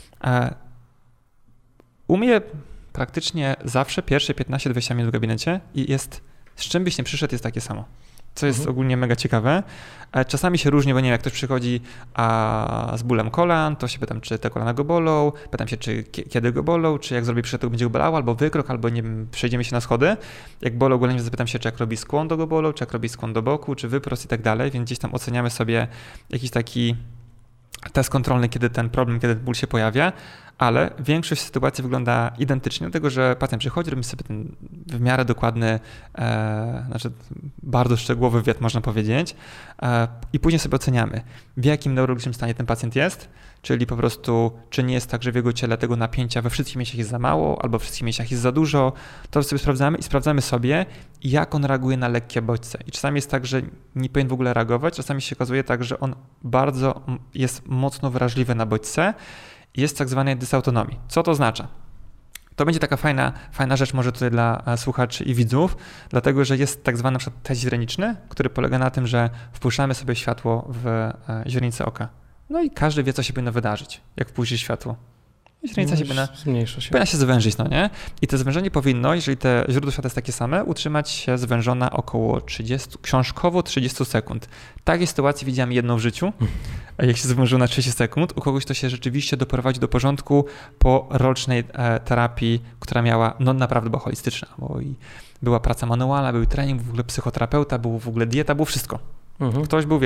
U mnie praktycznie zawsze pierwsze piętnaście do dwudziestu minut w gabinecie i jest, z czym byś nie przyszedł, jest takie samo. Co jest mhm. ogólnie mega ciekawe. Czasami się różni, bo nie wiem, jak ktoś przychodzi a, z bólem kolan, to się pytam, czy te kolana go bolą, pytam się, czy kiedy go bolą, czy jak zrobi przyszedł, to będzie go bolało, albo wykrok, albo nie wiem, przejdziemy się na schody. Jak bolą golenie, zapytam się, czy jak robi skłon do go bolą, czy jak robi skłon do boku, czy wyprost i tak dalej, więc gdzieś tam oceniamy sobie jakiś taki test kontrolny, kiedy ten problem, kiedy ból się pojawia, ale większość sytuacji wygląda identycznie, dlatego że pacjent przychodzi, robi sobie ten w miarę dokładny, e, znaczy bardzo szczegółowy wywiad, można powiedzieć, e, i później sobie oceniamy, w jakim neurologicznym stanie ten pacjent jest, czyli po prostu, czy nie jest tak, że w jego ciele tego napięcia we wszystkich mięśniach jest za mało, albo w wszystkich mięśniach jest za dużo, to sobie sprawdzamy i sprawdzamy sobie, jak on reaguje na lekkie bodźce. I czasami jest tak, że nie powinien w ogóle reagować, czasami się okazuje tak, że on bardzo jest mocno wrażliwy na bodźce, jest tak zwanej dysautonomii. Co to oznacza? To będzie taka fajna, fajna rzecz może tutaj dla słuchaczy i widzów, dlatego że jest tak zwany na przykład test źreniczny, który polega na tym, że wpuszczamy sobie światło w źrenicę oka. No i każdy wie, co się powinno wydarzyć, jak wpuści światło. Źrenica no się powinna,
zmniejsza się.
powinna się zwężyć, no nie? I to zwężenie powinno, jeżeli te źródło światła jest takie same, utrzymać się zwężona około trzydzieści, książkowo trzydzieści sekund. Takiej sytuacji widziałem jedną w życiu, a jak się zwężyło na trzydzieści sekund, u kogoś to się rzeczywiście doprowadzi do porządku po rocznej e, terapii, która miała, no naprawdę była holistyczna, bo i była praca manualna, był trening, w ogóle psychoterapeuta, był w ogóle dieta, było wszystko. Mhm. Ktoś był, wiesz,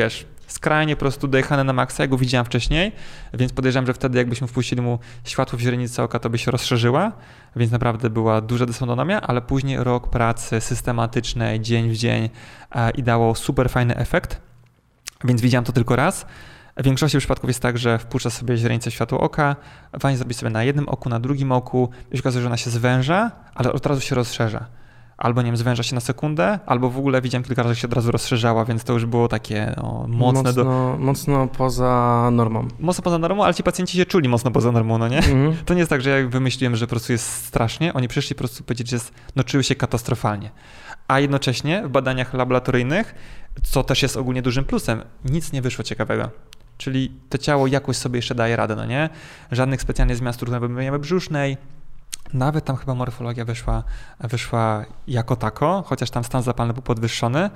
skrajnie po prostu dojechany na maksa, jak go widziałem wcześniej, więc podejrzewam, że wtedy jakbyśmy wpuścili mu światło w źrenicy oka, to by się rozszerzyła, więc naprawdę była duża dysfonomia, ale później rok pracy systematycznej, dzień w dzień i dało super fajny efekt, więc widziałem to tylko raz. W większości przypadków jest tak, że wpuszcza sobie źrenicę światło oka, fajnie zrobić sobie na jednym oku, na drugim oku, i się okazuje, że ona się zwęża, ale od razu się rozszerza. Albo, nie wiem, zwęża się na sekundę, albo w ogóle widziałem kilka razy, że się od razu rozszerzała, więc to już było takie no, mocne.
Mocno,
do...
mocno poza normą.
Mocno poza normą, ale ci pacjenci się czuli mocno poza normą, no nie? Mm. To nie jest tak, że ja wymyśliłem, że po prostu jest strasznie. Oni przyszli po prostu powiedzieć, że jest, no, czuły się katastrofalnie. A jednocześnie w badaniach laboratoryjnych, co też jest ogólnie dużym plusem, nic nie wyszło ciekawego. Czyli to ciało jakoś sobie jeszcze daje radę, no nie? Żadnych specjalnych zmian struktury jamy brzusznej. Nawet tam chyba morfologia wyszła, wyszła jako tako, chociaż tam stan zapalny był podwyższony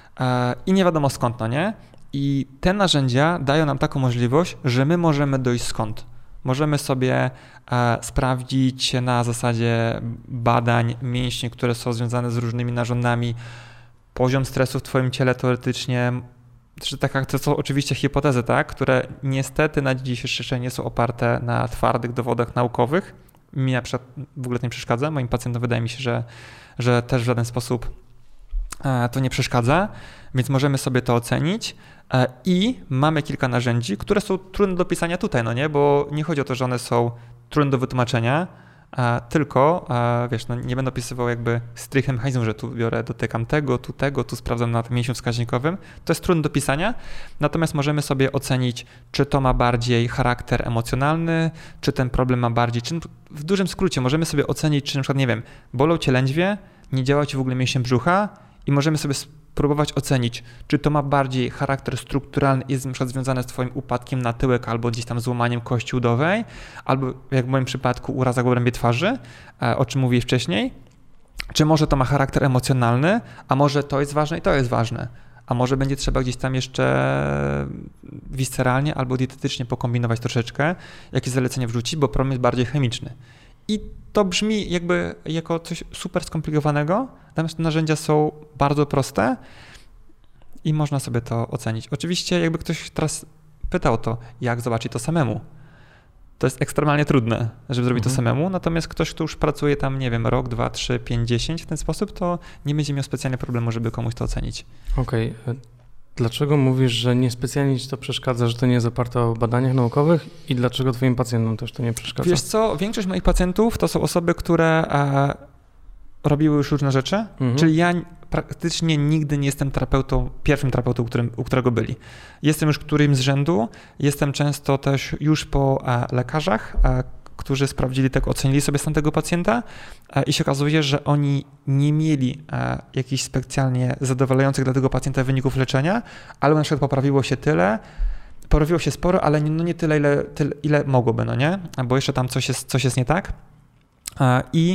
i nie wiadomo skąd, no nie? I te narzędzia dają nam taką możliwość, że my możemy dojść skąd. Możemy sobie sprawdzić na zasadzie badań mięśni, które są związane z różnymi narządami, poziom stresu w twoim ciele teoretycznie, że taka, to są oczywiście hipotezy, tak, które niestety na dzisiejszy dzień nie są oparte na twardych dowodach naukowych. Mi na przykład w ogóle to nie przeszkadza, moim pacjentom wydaje mi się, że, że też w żaden sposób to nie przeszkadza, więc możemy sobie to ocenić i mamy kilka narzędzi, które są trudne do pisania tutaj, no nie, bo nie chodzi o to, że one są trudne do wytłumaczenia, tylko, wiesz, no nie będę opisywał jakby stricte mechanizmu, że tu biorę, dotykam tego, tu tego, tu sprawdzam na mięsiu wskaźnikowym. To jest trudne do pisania, natomiast możemy sobie ocenić, czy to ma bardziej charakter emocjonalny, czy ten problem ma bardziej, czy w dużym skrócie możemy sobie ocenić, czy na przykład, nie wiem, bolą cię lędźwie, nie działa ci w ogóle mięsień brzucha i możemy sobie spróbować ocenić, czy to ma bardziej charakter strukturalny i jest na przykład związane z twoim upadkiem na tyłek albo gdzieś tam złamaniem kości udowej, albo jak w moim przypadku urazach w obrębie twarzy, o czym mówiłeś wcześniej, czy może to ma charakter emocjonalny, a może to jest ważne i to jest ważne, a może będzie trzeba gdzieś tam jeszcze visceralnie albo dietetycznie pokombinować troszeczkę, jakieś zalecenia wrzucić, bo problem jest bardziej chemiczny. I to brzmi jakby jako coś super skomplikowanego, natomiast te narzędzia są bardzo proste i można sobie to ocenić. Oczywiście jakby ktoś teraz pytał to, jak zobaczyć to samemu. To jest ekstremalnie trudne, żeby zrobić mhm. to samemu, natomiast ktoś, kto już pracuje tam, nie wiem, rok, dwa, trzy, pięć, dziesięć w ten sposób, to nie będzie miał specjalnie problemu, żeby komuś to ocenić.
Okej. Okay. Dlaczego mówisz, że niespecjalnie ci to przeszkadza, że to nie jest oparte o badaniach naukowych i dlaczego twoim pacjentom też to nie przeszkadza?
Wiesz co, większość moich pacjentów to są osoby, które e, robiły już różne rzeczy, mhm. czyli ja praktycznie nigdy nie jestem terapeutą, pierwszym terapeutą, którym, u którego byli. Jestem już którymś z rzędu, jestem często też już po e, lekarzach, e, którzy sprawdzili tego, ocenili sobie stan tego pacjenta i się okazuje, że oni nie mieli jakichś specjalnie zadowalających dla tego pacjenta wyników leczenia, ale na przykład poprawiło się tyle, poprawiło się sporo, ale no nie tyle, ile, tyle, ile mogłoby, no nie? Bo jeszcze tam coś jest, coś jest nie tak. I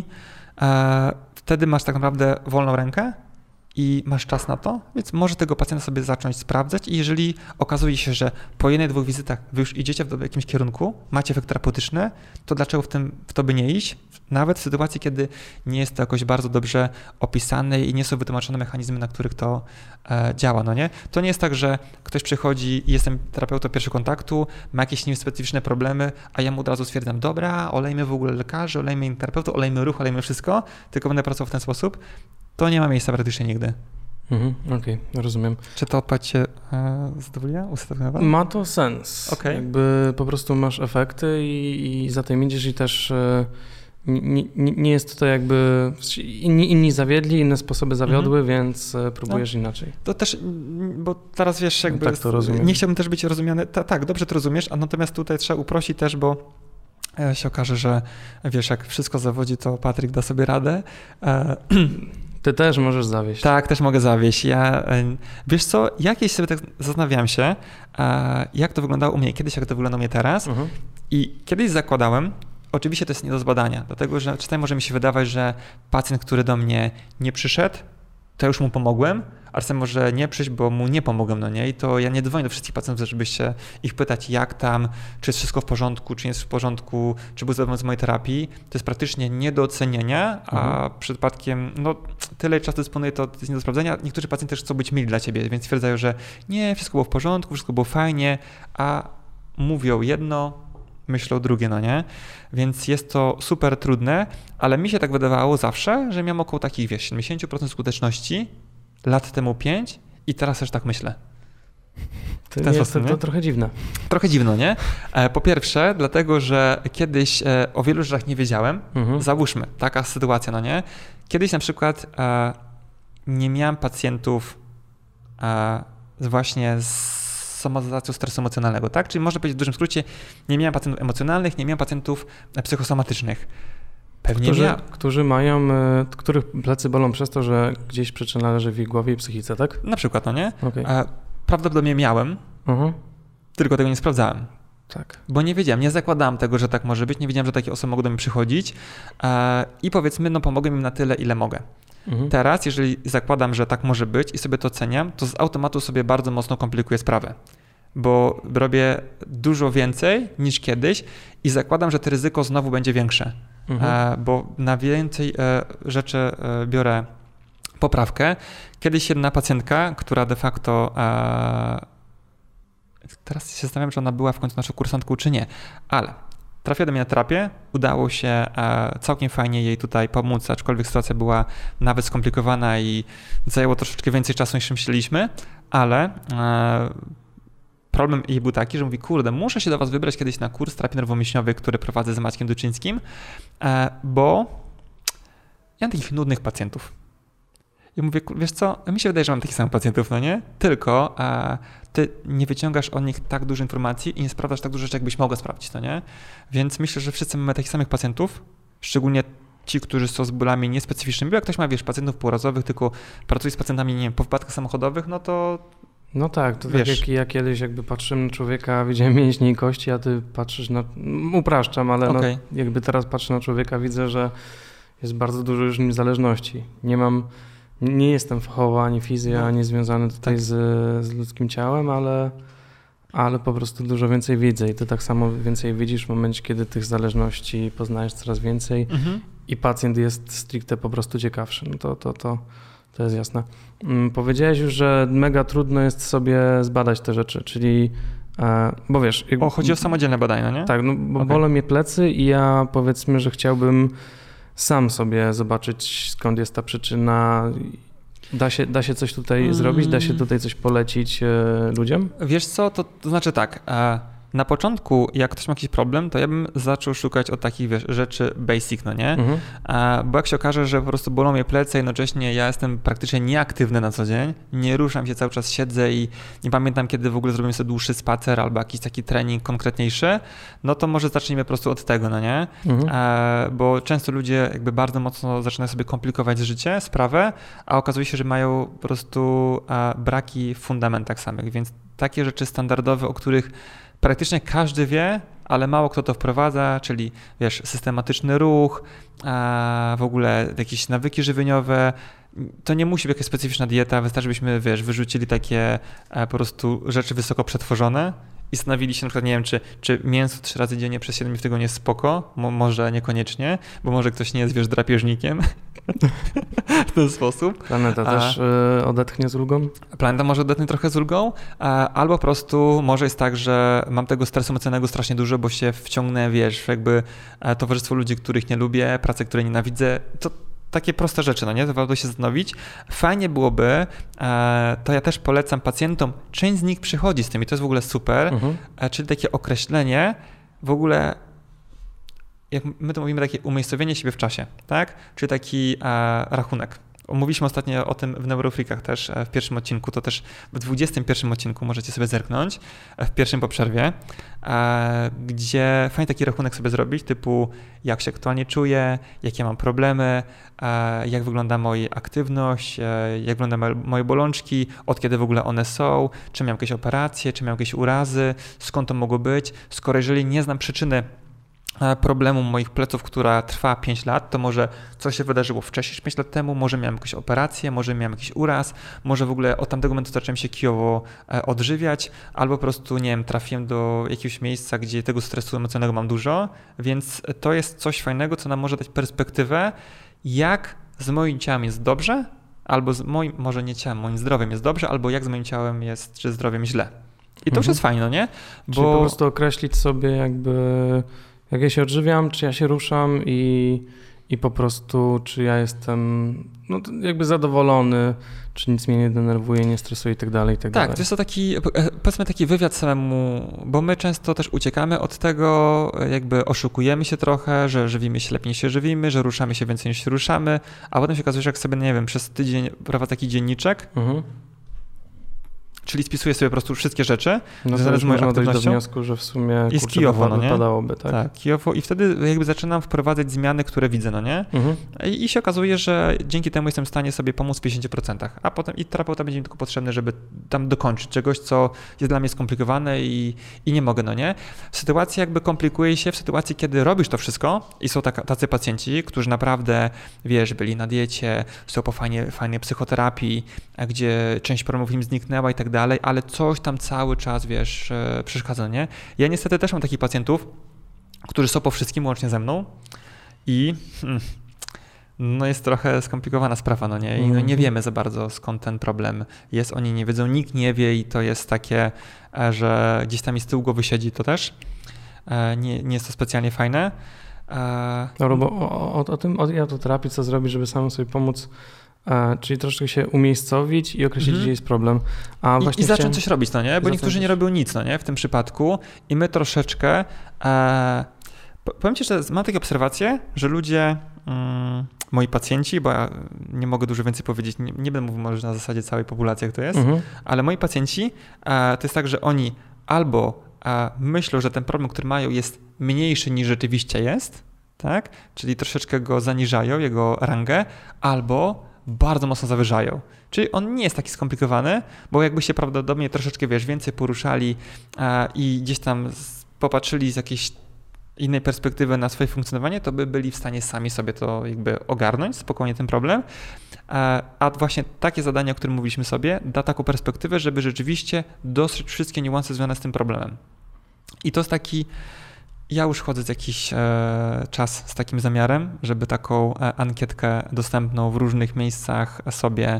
wtedy masz tak naprawdę wolną rękę i masz czas na to, więc może tego pacjenta sobie zacząć sprawdzać i jeżeli okazuje się, że po jednej, dwóch wizytach wy już idziecie w jakimś kierunku, macie efekt terapeutyczny, to dlaczego w, tym, w to by nie iść? Nawet w sytuacji, kiedy nie jest to jakoś bardzo dobrze opisane i nie są wytłumaczone mechanizmy, na których to e, działa, no nie? To nie jest tak, że ktoś przychodzi i jestem terapeutą pierwszego kontaktu, ma jakieś niespecyficzne problemy, a ja mu od razu stwierdzam, dobra, olejmy w ogóle lekarzy, olejmy terapeutów, olejmy ruch, olejmy wszystko, tylko będę pracował w ten sposób. To nie ma miejsca praktycznie nigdy.
Mhm, okej, okay, rozumiem.
Czy to odpowiedź cię e, zadowoliła? Usatysfakcjonowana?
Ma to sens. Okay. Jakby po prostu masz efekty i, i za tym idziesz i też e, nie, nie, nie jest to jakby... Inni, inni zawiedli, inne sposoby zawiodły, mhm. więc e, próbujesz no. inaczej.
To też, bo teraz wiesz jakby...
No tak to rozumiem.
Nie chciałbym też być rozumiany... Ta, tak, dobrze to rozumiesz, a natomiast tutaj trzeba uprościć też, bo się okaże, że wiesz, jak wszystko zawodzi, to Patryk da sobie radę. E,
Ty też możesz zawieść.
Tak, też mogę zawieść. Ja, wiesz co, jakieś sobie tak zastanawiałem się, jak to wyglądało u mnie kiedyś, jak to wygląda u mnie teraz. Uh-huh. I kiedyś zakładałem, oczywiście to jest nie do zbadania, dlatego że czasami może mi się wydawać, że pacjent, który do mnie nie przyszedł, to ja już mu pomogłem, a czasem może nie przyjść, bo mu nie pomogłem, no nie? I to ja nie dzwonię do wszystkich pacjentów, żeby się ich pytać, jak tam, czy jest wszystko w porządku, czy nie jest w porządku, czy był zadowolony z mojej terapii. To jest praktycznie nie do ocenienia, a mhm. przypadkiem, no tyle czasu dysponuję, to jest nie do sprawdzenia. Niektórzy pacjenci też chcą być mili dla ciebie, więc stwierdzają, że nie, wszystko było w porządku, wszystko było fajnie, a mówią jedno, myślą drugie, no nie? Więc jest to super trudne, ale mi się tak wydawało zawsze, że miałem około takich, wiesz, siedemdziesiąt procent skuteczności, lat temu pięć i teraz też tak myślę.
To jest sposób, to, to trochę dziwne.
Trochę dziwno, nie? Po pierwsze, dlatego, że kiedyś o wielu rzeczach nie wiedziałem. Mhm. Załóżmy, taka sytuacja, no nie? Kiedyś na przykład nie miałem pacjentów właśnie z somatyzacją stresu emocjonalnego, tak? Czyli można powiedzieć w dużym skrócie, nie miałem pacjentów emocjonalnych, nie miałem pacjentów psychosomatycznych. Pewnie
którzy,
miał.
którzy mają, których plecy bolą przez to, że gdzieś przyczyna leży w ich głowie i psychice, tak?
Na przykład, no nie?
Okay.
Prawdopodobnie miałem, uh-huh. tylko tego nie sprawdzałem.
Tak.
Bo nie wiedziałem, nie zakładałem tego, że tak może być, nie wiedziałem, że takie osoby mogą do mnie przychodzić i powiedzmy, no pomogłem im na tyle, ile mogę. Mhm. Teraz, jeżeli zakładam, że tak może być i sobie to oceniam, to z automatu sobie bardzo mocno komplikuję sprawę, bo robię dużo więcej niż kiedyś i zakładam, że to ryzyko znowu będzie większe, mhm. bo na więcej rzeczy biorę poprawkę. Kiedyś jedna pacjentka, która de facto, teraz się zastanawiam, czy ona była w końcu naszą kursantką, czy nie, ale trafiła do mnie na terapię, udało się całkiem fajnie jej tutaj pomóc, aczkolwiek sytuacja była nawet skomplikowana i zajęło troszeczkę więcej czasu niż myśleliśmy, ale problem jej był taki, że mówi, kurde, muszę się do was wybrać kiedyś na kurs terapii nerwowo-mięśniowej, który prowadzę z Maćkiem Duczyńskim, bo ja mam takich nudnych pacjentów. I mówię, wiesz co, mi się wydaje, że mam takich samych pacjentów, no nie? Tylko a, ty nie wyciągasz od nich tak dużo informacji i nie sprawdzasz tak dużo rzeczy, jakbyś mogła sprawdzić, no nie? Więc myślę, że wszyscy mamy takich samych pacjentów, szczególnie ci, którzy są z bólami niespecyficznymi. Bo jak ktoś ma, wiesz, pacjentów półrazowych, tylko pracuje z pacjentami, nie wiem, po wypadkach samochodowych, no to
No tak, to
wiesz.
Tak jak ja kiedyś jakby patrzyłem na człowieka, widziałem mięśnie i kości, a ty patrzysz na... Upraszczam, ale okay. no, jakby teraz patrzę na człowieka, widzę, że jest bardzo dużo już niezależności. Nie mam... Nie jestem fachowo ani fizja, no. ani związany tutaj tak. z, z ludzkim ciałem, ale, ale po prostu dużo więcej widzę i ty tak samo więcej widzisz w momencie, kiedy tych zależności poznajesz coraz więcej mhm. i pacjent jest stricte po prostu ciekawszy. No to, to, to, to jest jasne. Hmm, powiedziałeś już, że mega trudno jest sobie zbadać te rzeczy, czyli e, bo wiesz...
O, chodzi o samodzielne badania, nie?
Tak, no bo okay. bolą mnie plecy i ja powiedzmy, że chciałbym sam sobie zobaczyć, skąd jest ta przyczyna. Da się, da się coś tutaj hmm. zrobić? Da się tutaj coś polecić e, ludziom?
Wiesz co, to, to znaczy tak, e, na początku jak ktoś ma jakiś problem, to ja bym zaczął szukać od takich wiesz, rzeczy basic, no nie? Mhm. E, bo jak się okaże, że po prostu bolą mnie plecy, jednocześnie ja jestem praktycznie nieaktywny na co dzień, nie ruszam się, cały czas siedzę i nie pamiętam, kiedy w ogóle zrobimy sobie dłuższy spacer albo jakiś taki trening konkretniejszy, no to może zacznijmy po prostu od tego, no nie? Mhm. E, bo często ludzie jakby bardzo mocno zaczynają sobie komplikować życie, sprawę, a okazuje się, że mają po prostu e, braki w fundamentach samych, więc takie rzeczy standardowe, o których praktycznie każdy wie, ale mało kto to wprowadza, czyli wiesz, systematyczny ruch, a w ogóle jakieś nawyki żywieniowe. To nie musi być jakaś specyficzna dieta, wystarczy, byśmy wiesz, wyrzucili takie po prostu rzeczy wysoko przetworzone i stanowili się na przykład, nie wiem, czy, czy mięso trzy razy dziennie przez siedem dni w tygodniu jest spoko, Mo, może niekoniecznie, bo może ktoś nie jest, wiesz, drapieżnikiem w ten sposób.
Planeta a, też y, odetchnie z ulgą?
Planeta może odetchnie trochę z ulgą, a, albo po prostu może jest tak, że mam tego stresu emocjonalnego strasznie dużo, bo się wciągnę, wiesz, jakby towarzystwo ludzi, których nie lubię, pracę, której nienawidzę, to takie proste rzeczy, no nie? To warto się zastanowić. Fajnie byłoby, e, to ja też polecam pacjentom, część z nich przychodzi z tym i to jest w ogóle super, mhm. e, czyli takie określenie w ogóle, jak my to mówimy, takie umiejscowienie siebie w czasie, tak? Czyli taki e, rachunek. Mówiliśmy ostatnio o tym w Neurofreakach też w pierwszym odcinku, to też w dwudziestym pierwszym odcinku możecie sobie zerknąć, w pierwszym po przerwie, gdzie fajnie taki rachunek sobie zrobić, typu jak się aktualnie czuję, jakie mam problemy, jak wygląda moja aktywność, jak wyglądają moje bolączki, od kiedy w ogóle one są, czy miałem jakieś operacje, czy miałem jakieś urazy, skąd to mogło być, skoro jeżeli nie znam przyczyny problemu moich pleców, która trwa pięć lat, to może coś się wydarzyło wcześniej niż pięć lat temu, może miałem jakąś operację, może miałem jakiś uraz, może w ogóle od tamtego momentu zacząłem się kijowo odżywiać, albo po prostu, nie wiem, trafiłem do jakiegoś miejsca, gdzie tego stresu emocjonalnego mam dużo, więc to jest coś fajnego, co nam może dać perspektywę, jak z moim ciałem jest dobrze, albo z moim, może nie ciałem, moim zdrowiem jest dobrze, albo jak z moim ciałem jest, czy zdrowiem źle. I to już
mhm.
jest fajne, nie?
Bo... Czyli po prostu określić sobie jakby, jak ja się odżywiam, czy ja się ruszam i, i po prostu, czy ja jestem no, jakby zadowolony, czy nic mnie nie denerwuje, nie stresuje i tak dalej, i tak dalej.
Tak, to jest to taki, powiedzmy taki wywiad samemu, bo my często też uciekamy od tego, jakby oszukujemy się trochę, że żywimy się lepiej niż się żywimy, że ruszamy się więcej niż się ruszamy, a potem się okazuje, że jak sobie, nie wiem, przez tydzień prowadzę taki dzienniczek, mhm. czyli spisuję sobie po prostu wszystkie rzeczy.
No to już można dojść do wniosku, że w sumie
jest
kurczę,
kijowo, no nie?
Wypadałoby, tak?
Tak, kijowo i wtedy jakby zaczynam wprowadzać zmiany, które widzę, no nie? Mhm. I, I się okazuje, że dzięki temu jestem w stanie sobie pomóc w pięćdziesięciu procentach, a potem i terapeuta będzie mi tylko potrzebny, żeby tam dokończyć czegoś, co jest dla mnie skomplikowane i, i nie mogę, no nie? Sytuacja jakby komplikuje się w sytuacji, kiedy robisz to wszystko i są taka, tacy pacjenci, którzy naprawdę, wiesz, byli na diecie, są po fajnie, fajnej psychoterapii, gdzie część problemów im zniknęła i tak dalej, ale coś tam cały czas, wiesz, przeszkadza, nie? Ja niestety też mam takich pacjentów, którzy są po wszystkim łącznie ze mną i hmm, no jest trochę skomplikowana sprawa, no nie? I no nie wiemy za bardzo, skąd ten problem jest, oni nie wiedzą, nikt nie wie i to jest takie, że gdzieś tam z tyłu głowy siedzi to też. Nie, nie jest to specjalnie fajne.
Dobra, bo o, o, o tym, o autoterapii, co zrobić, żeby samemu sobie pomóc, E, czyli troszkę się umiejscowić i określić, mm-hmm. gdzie jest problem. A
I,
właśnie
i zacząć
chciałem...
coś robić, no nie? Bo niektórzy nie robią nic, no nie? W tym przypadku i my troszeczkę... E, powiem ci, że mam takie obserwacje, że ludzie, mm, moi pacjenci, bo ja nie mogę dużo więcej powiedzieć, nie, nie będę mówił może na zasadzie całej populacji, jak to jest, mm-hmm. ale moi pacjenci, e, to jest tak, że oni albo e, myślą, że ten problem, który mają, jest mniejszy niż rzeczywiście jest, tak? Czyli troszeczkę go zaniżają, jego rangę, albo bardzo mocno zawyżają. Czyli on nie jest taki skomplikowany, bo jakby się prawdopodobnie troszeczkę, wiesz, więcej poruszali a, i gdzieś tam z, popatrzyli z jakiejś innej perspektywy na swoje funkcjonowanie, to by byli w stanie sami sobie to jakby ogarnąć, spokojnie ten problem. A, a właśnie takie zadanie, o którym mówiliśmy sobie, da taką perspektywę, żeby rzeczywiście dostrzec wszystkie niuanse związane z tym problemem. I to jest taki... Ja już chodzę z jakiś e, czas z takim zamiarem, żeby taką e, ankietkę dostępną w różnych miejscach sobie,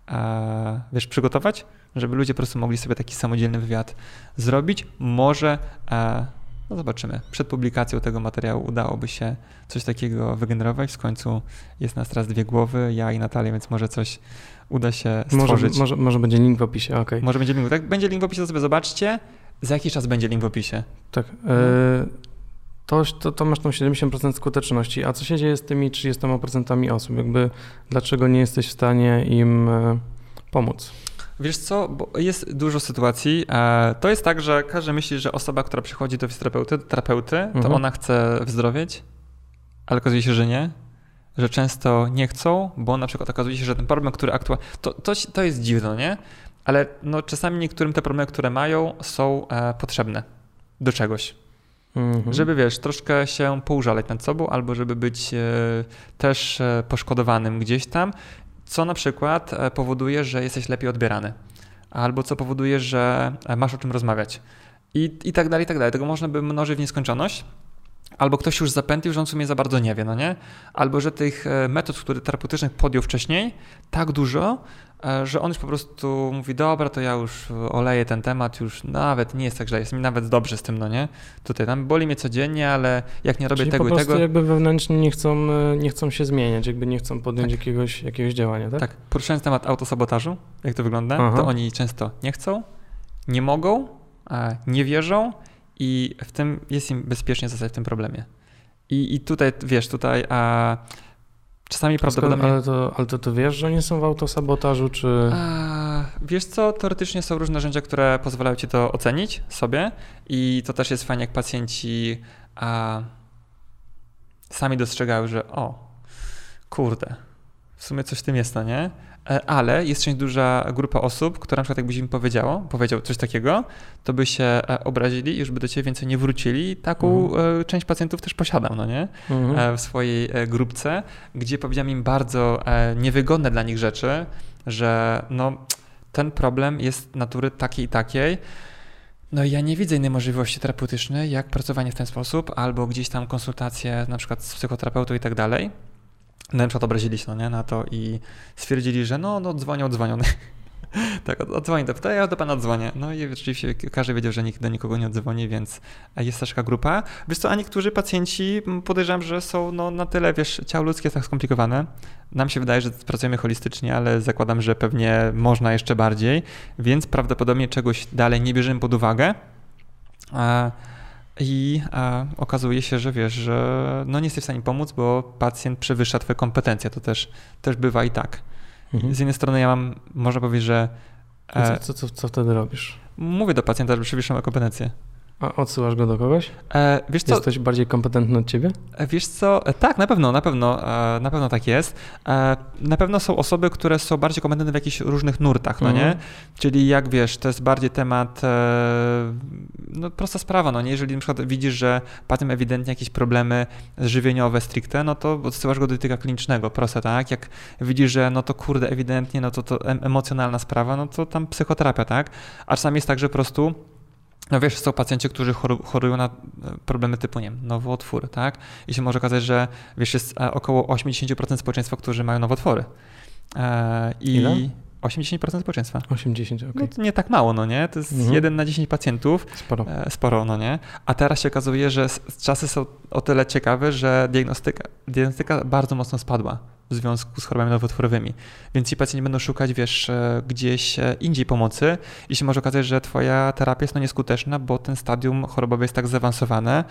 e, wiesz, przygotować, żeby ludzie po prostu mogli sobie taki samodzielny wywiad zrobić. Może, e, no zobaczymy, przed publikacją tego materiału udałoby się coś takiego wygenerować. W końcu jest nas teraz dwie głowy, ja i Natalia, więc może coś uda się stworzyć.
Może, może, może będzie link w opisie, okej. Okay.
Może będzie link, tak? Będzie link w opisie, to sobie zobaczcie. Za jakiś czas będzie link w opisie.
Tak. Y- To, to, to masz tą siedemdziesiąt procent skuteczności, a co się dzieje z tymi trzydzieści procent osób? Jakby dlaczego nie jesteś w stanie im pomóc?
Wiesz co, bo jest dużo sytuacji. To jest tak, że każdy myśli, że osoba, która przychodzi do fizjoterapeuty, terapeuty, to mhm. ona chce wyzdrowieć, ale okazuje się, że nie, że często nie chcą, bo na przykład okazuje się, że ten problem, który aktualnie... To, to, to jest dziwne, nie? Ale no, czasami niektórym te problemy, które mają, są e, potrzebne do czegoś. Mhm. Żeby, wiesz, troszkę się poużalać nad sobą albo żeby być e, też e, poszkodowanym gdzieś tam, co na przykład e, powoduje, że jesteś lepiej odbierany albo co powoduje, że masz o czym rozmawiać i, i tak dalej, i tak dalej. Tego można by mnożyć w nieskończoność. Albo ktoś już zapętlił, że on w sumie za bardzo nie wie, no nie? Albo że tych metod, które terapeutycznych podjął wcześniej, tak dużo, że on już po prostu mówi, dobra, to ja już oleję ten temat, już nawet nie jest tak źle, jest mi nawet dobrze z tym, no nie? Tutaj tam boli mnie codziennie, ale jak nie robię
Czyli
tego i tego...
po prostu jakby wewnętrznie nie chcą, nie chcą się zmieniać, jakby nie chcą podjąć tak. jakiegoś, jakiegoś działania, tak? Tak.
Poruszając temat autosabotażu, jak to wygląda, Aha. to oni często nie chcą, nie mogą, nie wierzą, i w tym jest im bezpiecznie zostać w tym problemie. I, i tutaj, wiesz, tutaj a czasami prawdopodobnie...
Ale to, ale to, to wiesz, że nie są w autosabotażu, czy...
A, wiesz co, teoretycznie są różne narzędzia, które pozwalają ci to ocenić sobie i to też jest fajnie, jak pacjenci a, sami dostrzegają, że o, kurde, w sumie coś w tym jest, no nie? ale jest część duża grupa osób, która na przykład jakbyś im powiedziało, powiedział coś takiego, to by się obrazili i już by do ciebie więcej nie wrócili. Taką mhm. część pacjentów też posiadam, no nie? Mhm. W swojej grupce, gdzie powiedziałem im bardzo niewygodne dla nich rzeczy, że no ten problem jest natury takiej i takiej. No i ja nie widzę innej możliwości terapeutycznej, jak pracowanie w ten sposób, albo gdzieś tam konsultacje na przykład z psychoterapeutą i tak dalej. No na przykład obrazili się no nie, na to i stwierdzili, że no, no dzwonią, dzwoniony. Tak, odzwoni to, to ja do pana dzwonię. No i rzeczywiście każdy wiedział, że nikt do nikogo nie odzwoni, więc jest też taka grupa. Wiesz co, a niektórzy pacjenci podejrzewam, że są no, na tyle, wiesz, ciało ludzkie jest tak skomplikowane. Nam się wydaje, że pracujemy holistycznie, ale zakładam, że pewnie można jeszcze bardziej, więc prawdopodobnie czegoś dalej nie bierzemy pod uwagę. A, I a, okazuje się, że wiesz, że no nie jesteś w stanie pomóc, bo pacjent przewyższa twoje kompetencje. To też, też bywa i tak. Mhm. Z jednej strony ja mam, można powiedzieć, że...
E, co, co, co wtedy robisz?
Mówię do pacjenta, że przewyższam moje kompetencje.
A odsyłasz go do kogoś?
E, wiesz co?
Jest ktoś bardziej kompetentny od ciebie?
E, wiesz co? E, tak, na pewno, na pewno, e, na pewno tak jest. E, na pewno są osoby, które są bardziej kompetentne w jakichś różnych nurtach, no mhm. nie? Czyli jak wiesz, to jest bardziej temat, e, no prosta sprawa, no nie? Jeżeli na przykład widzisz, że pacjent ma ewidentnie jakieś problemy żywieniowe stricte, no to odsyłasz go do dietetyka klinicznego, proste, tak? Jak widzisz, że no to kurde, ewidentnie, no to to emocjonalna sprawa, no to tam psychoterapia, tak? A czasami jest tak, że po prostu no wiesz, są pacjenci, którzy chorują na problemy typu, nie wiem, nowotwór, tak? I się może okazać, że wiesz, jest około osiemdziesiąt procent społeczeństwa, którzy mają nowotwory. I
Ile?
osiemdziesiąt procent społeczeństwa.
osiemdziesiąt, okej.
Okay. No to nie tak mało, no nie? To jest mhm. jeden na dziesięć pacjentów.
Sporo.
Sporo, no nie? A teraz się okazuje, że czasy są o tyle ciekawe, że diagnostyka, diagnostyka bardzo mocno spadła w związku z chorobami nowotworowymi. Więc ci pacjenci będą szukać, wiesz, gdzieś indziej pomocy i się może okazać, że twoja terapia jest no nieskuteczna, bo ten stadium chorobowe jest tak zaawansowane,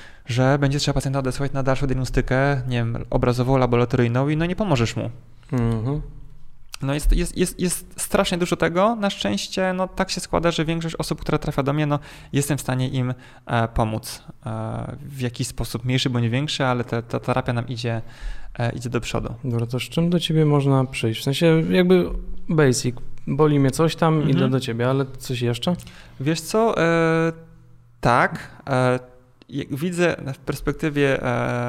że będzie trzeba pacjenta odesłać na dalszą diagnostykę, nie wiem, obrazową, laboratoryjną i no nie pomożesz mu. Mhm. No jest, jest, jest, jest strasznie dużo tego. Na szczęście no tak się składa, że większość osób, która trafia do mnie, no jestem w stanie im e, pomóc e, w jakiś sposób, mniejszy bądź większy, ale ta, ta terapia nam idzie, e, idzie do przodu.
Dobra, to z czym do ciebie można przyjść? W sensie jakby basic, boli mnie coś tam, mhm. idę do ciebie, ale coś jeszcze?
Wiesz co, e, tak, e, widzę w perspektywie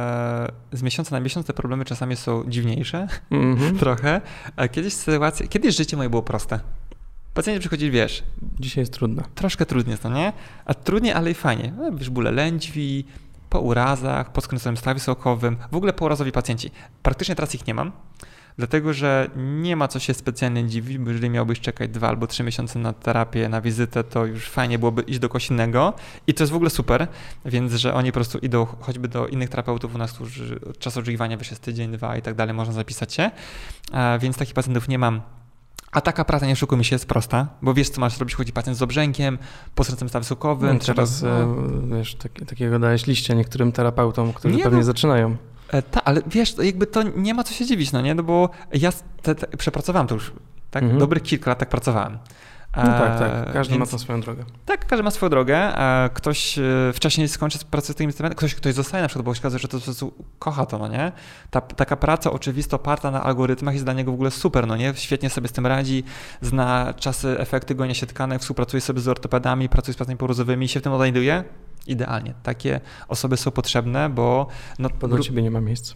e, z miesiąca na miesiąc te problemy czasami są dziwniejsze, mm-hmm. trochę. A kiedyś sytuacja, kiedyś życie moje było proste. Pacjenci przychodzili, wiesz...
Dzisiaj jest trudne.
Troszkę trudniej jest to, nie? A trudniej, ale i fajnie. No, wiesz, bóle lędźwi, po urazach, po skręconym stawie sołkowym, w ogóle pourazowi pacjenci. Praktycznie teraz ich nie mam. Dlatego, że nie ma co się specjalnie dziwić, bo jeżeli miałbyś czekać dwa albo trzy miesiące na terapię, na wizytę, to już fajnie byłoby iść do kogoś innego i to jest w ogóle super, więc że oni po prostu idą choćby do innych terapeutów u nas, którzy czas oczekiwania wiesz, jest tydzień, dwa i tak dalej, można zapisać się, a, więc takich pacjentów nie mam. A taka praca, nie oszukujmy się, jest prosta, bo wiesz, co masz robić, chodzi pacjent z obrzękiem, po skręconym stawie sołkowym.
No, teraz, trzeba, no, wiesz, tak, takiego dajesz liście niektórym terapeutom, którzy nie, pewnie no. zaczynają.
Tak, ale wiesz, jakby to nie ma co się dziwić, no nie, no bo ja te, te, przepracowałem to już, tak, mhm. dobrych kilka lat tak pracowałem.
No tak, tak, każdy Więc, ma tą swoją drogę.
Tak, każdy ma swoją drogę, ktoś wcześniej skończy pracę z tymi instrumentami, ktoś, ktoś zostaje na przykład, bo się okazuje, że to po prostu kocha to, no nie? Ta, taka praca oczywista, oparta na algorytmach jest dla niego w ogóle super, no nie? Świetnie sobie z tym radzi, zna czasy, efekty gonia się tkanek, współpracuje sobie z ortopedami, pracuje z pacjentami porozowymi i się w tym odnajduje. Idealnie. Takie osoby są potrzebne, bo... No,
bo do ciebie nie ma miejsca.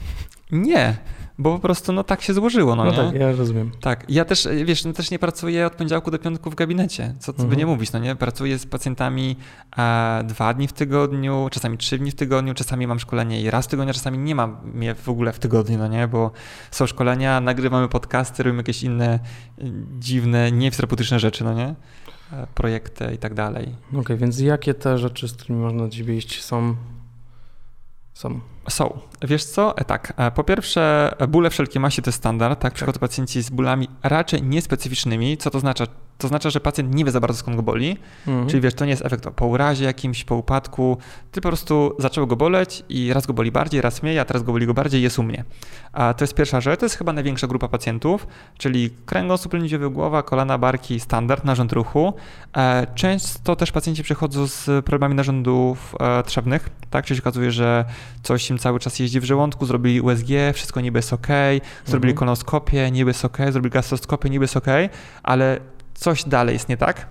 Nie, bo po prostu no tak się złożyło, no, no nie?
tak, ja rozumiem.
Tak, ja też, wiesz, no też nie pracuję od poniedziałku do piątku w gabinecie, co, co mhm. by nie mówić, no nie? Pracuję z pacjentami e, dwa dni w tygodniu, czasami trzy dni w tygodniu, czasami mam szkolenie i raz w tygodniu, czasami nie mam mnie w ogóle w tygodniu, no nie? Bo są szkolenia, nagrywamy podcasty, robimy jakieś inne dziwne, niefizjoterapeutyczne rzeczy, no nie? E, projekty i tak dalej.
Okej, okay, więc jakie te rzeczy, z którymi można do ciebie iść, są... Są.
Są. Wiesz co? E, tak. E, po pierwsze, bóle wszelkiej maści to jest standard. Tak, przychodzą pacjenci z bólami raczej niespecyficznymi. Co to oznacza? to oznacza, że pacjent nie wie za bardzo skąd go boli, mhm. czyli wiesz, to nie jest efekt po urazie jakimś, po upadku, ty po prostu zaczęło go boleć i raz go boli bardziej, raz mniej, a teraz go boli go bardziej i jest u mnie. A to jest pierwsza rzecz, to jest chyba największa grupa pacjentów, czyli kręgosłup lędźwiowy, głowa, kolana, barki, standard, narząd ruchu. Często też pacjenci przychodzą z problemami narządów trzewnych, tak, czyli się okazuje, że coś im cały czas jeździ w żołądku, zrobili U S G, wszystko niby jest ok, zrobili mhm. kolonoskopię, niby jest ok, zrobili gastroskopię, niby jest ok, ale coś dalej jest nie tak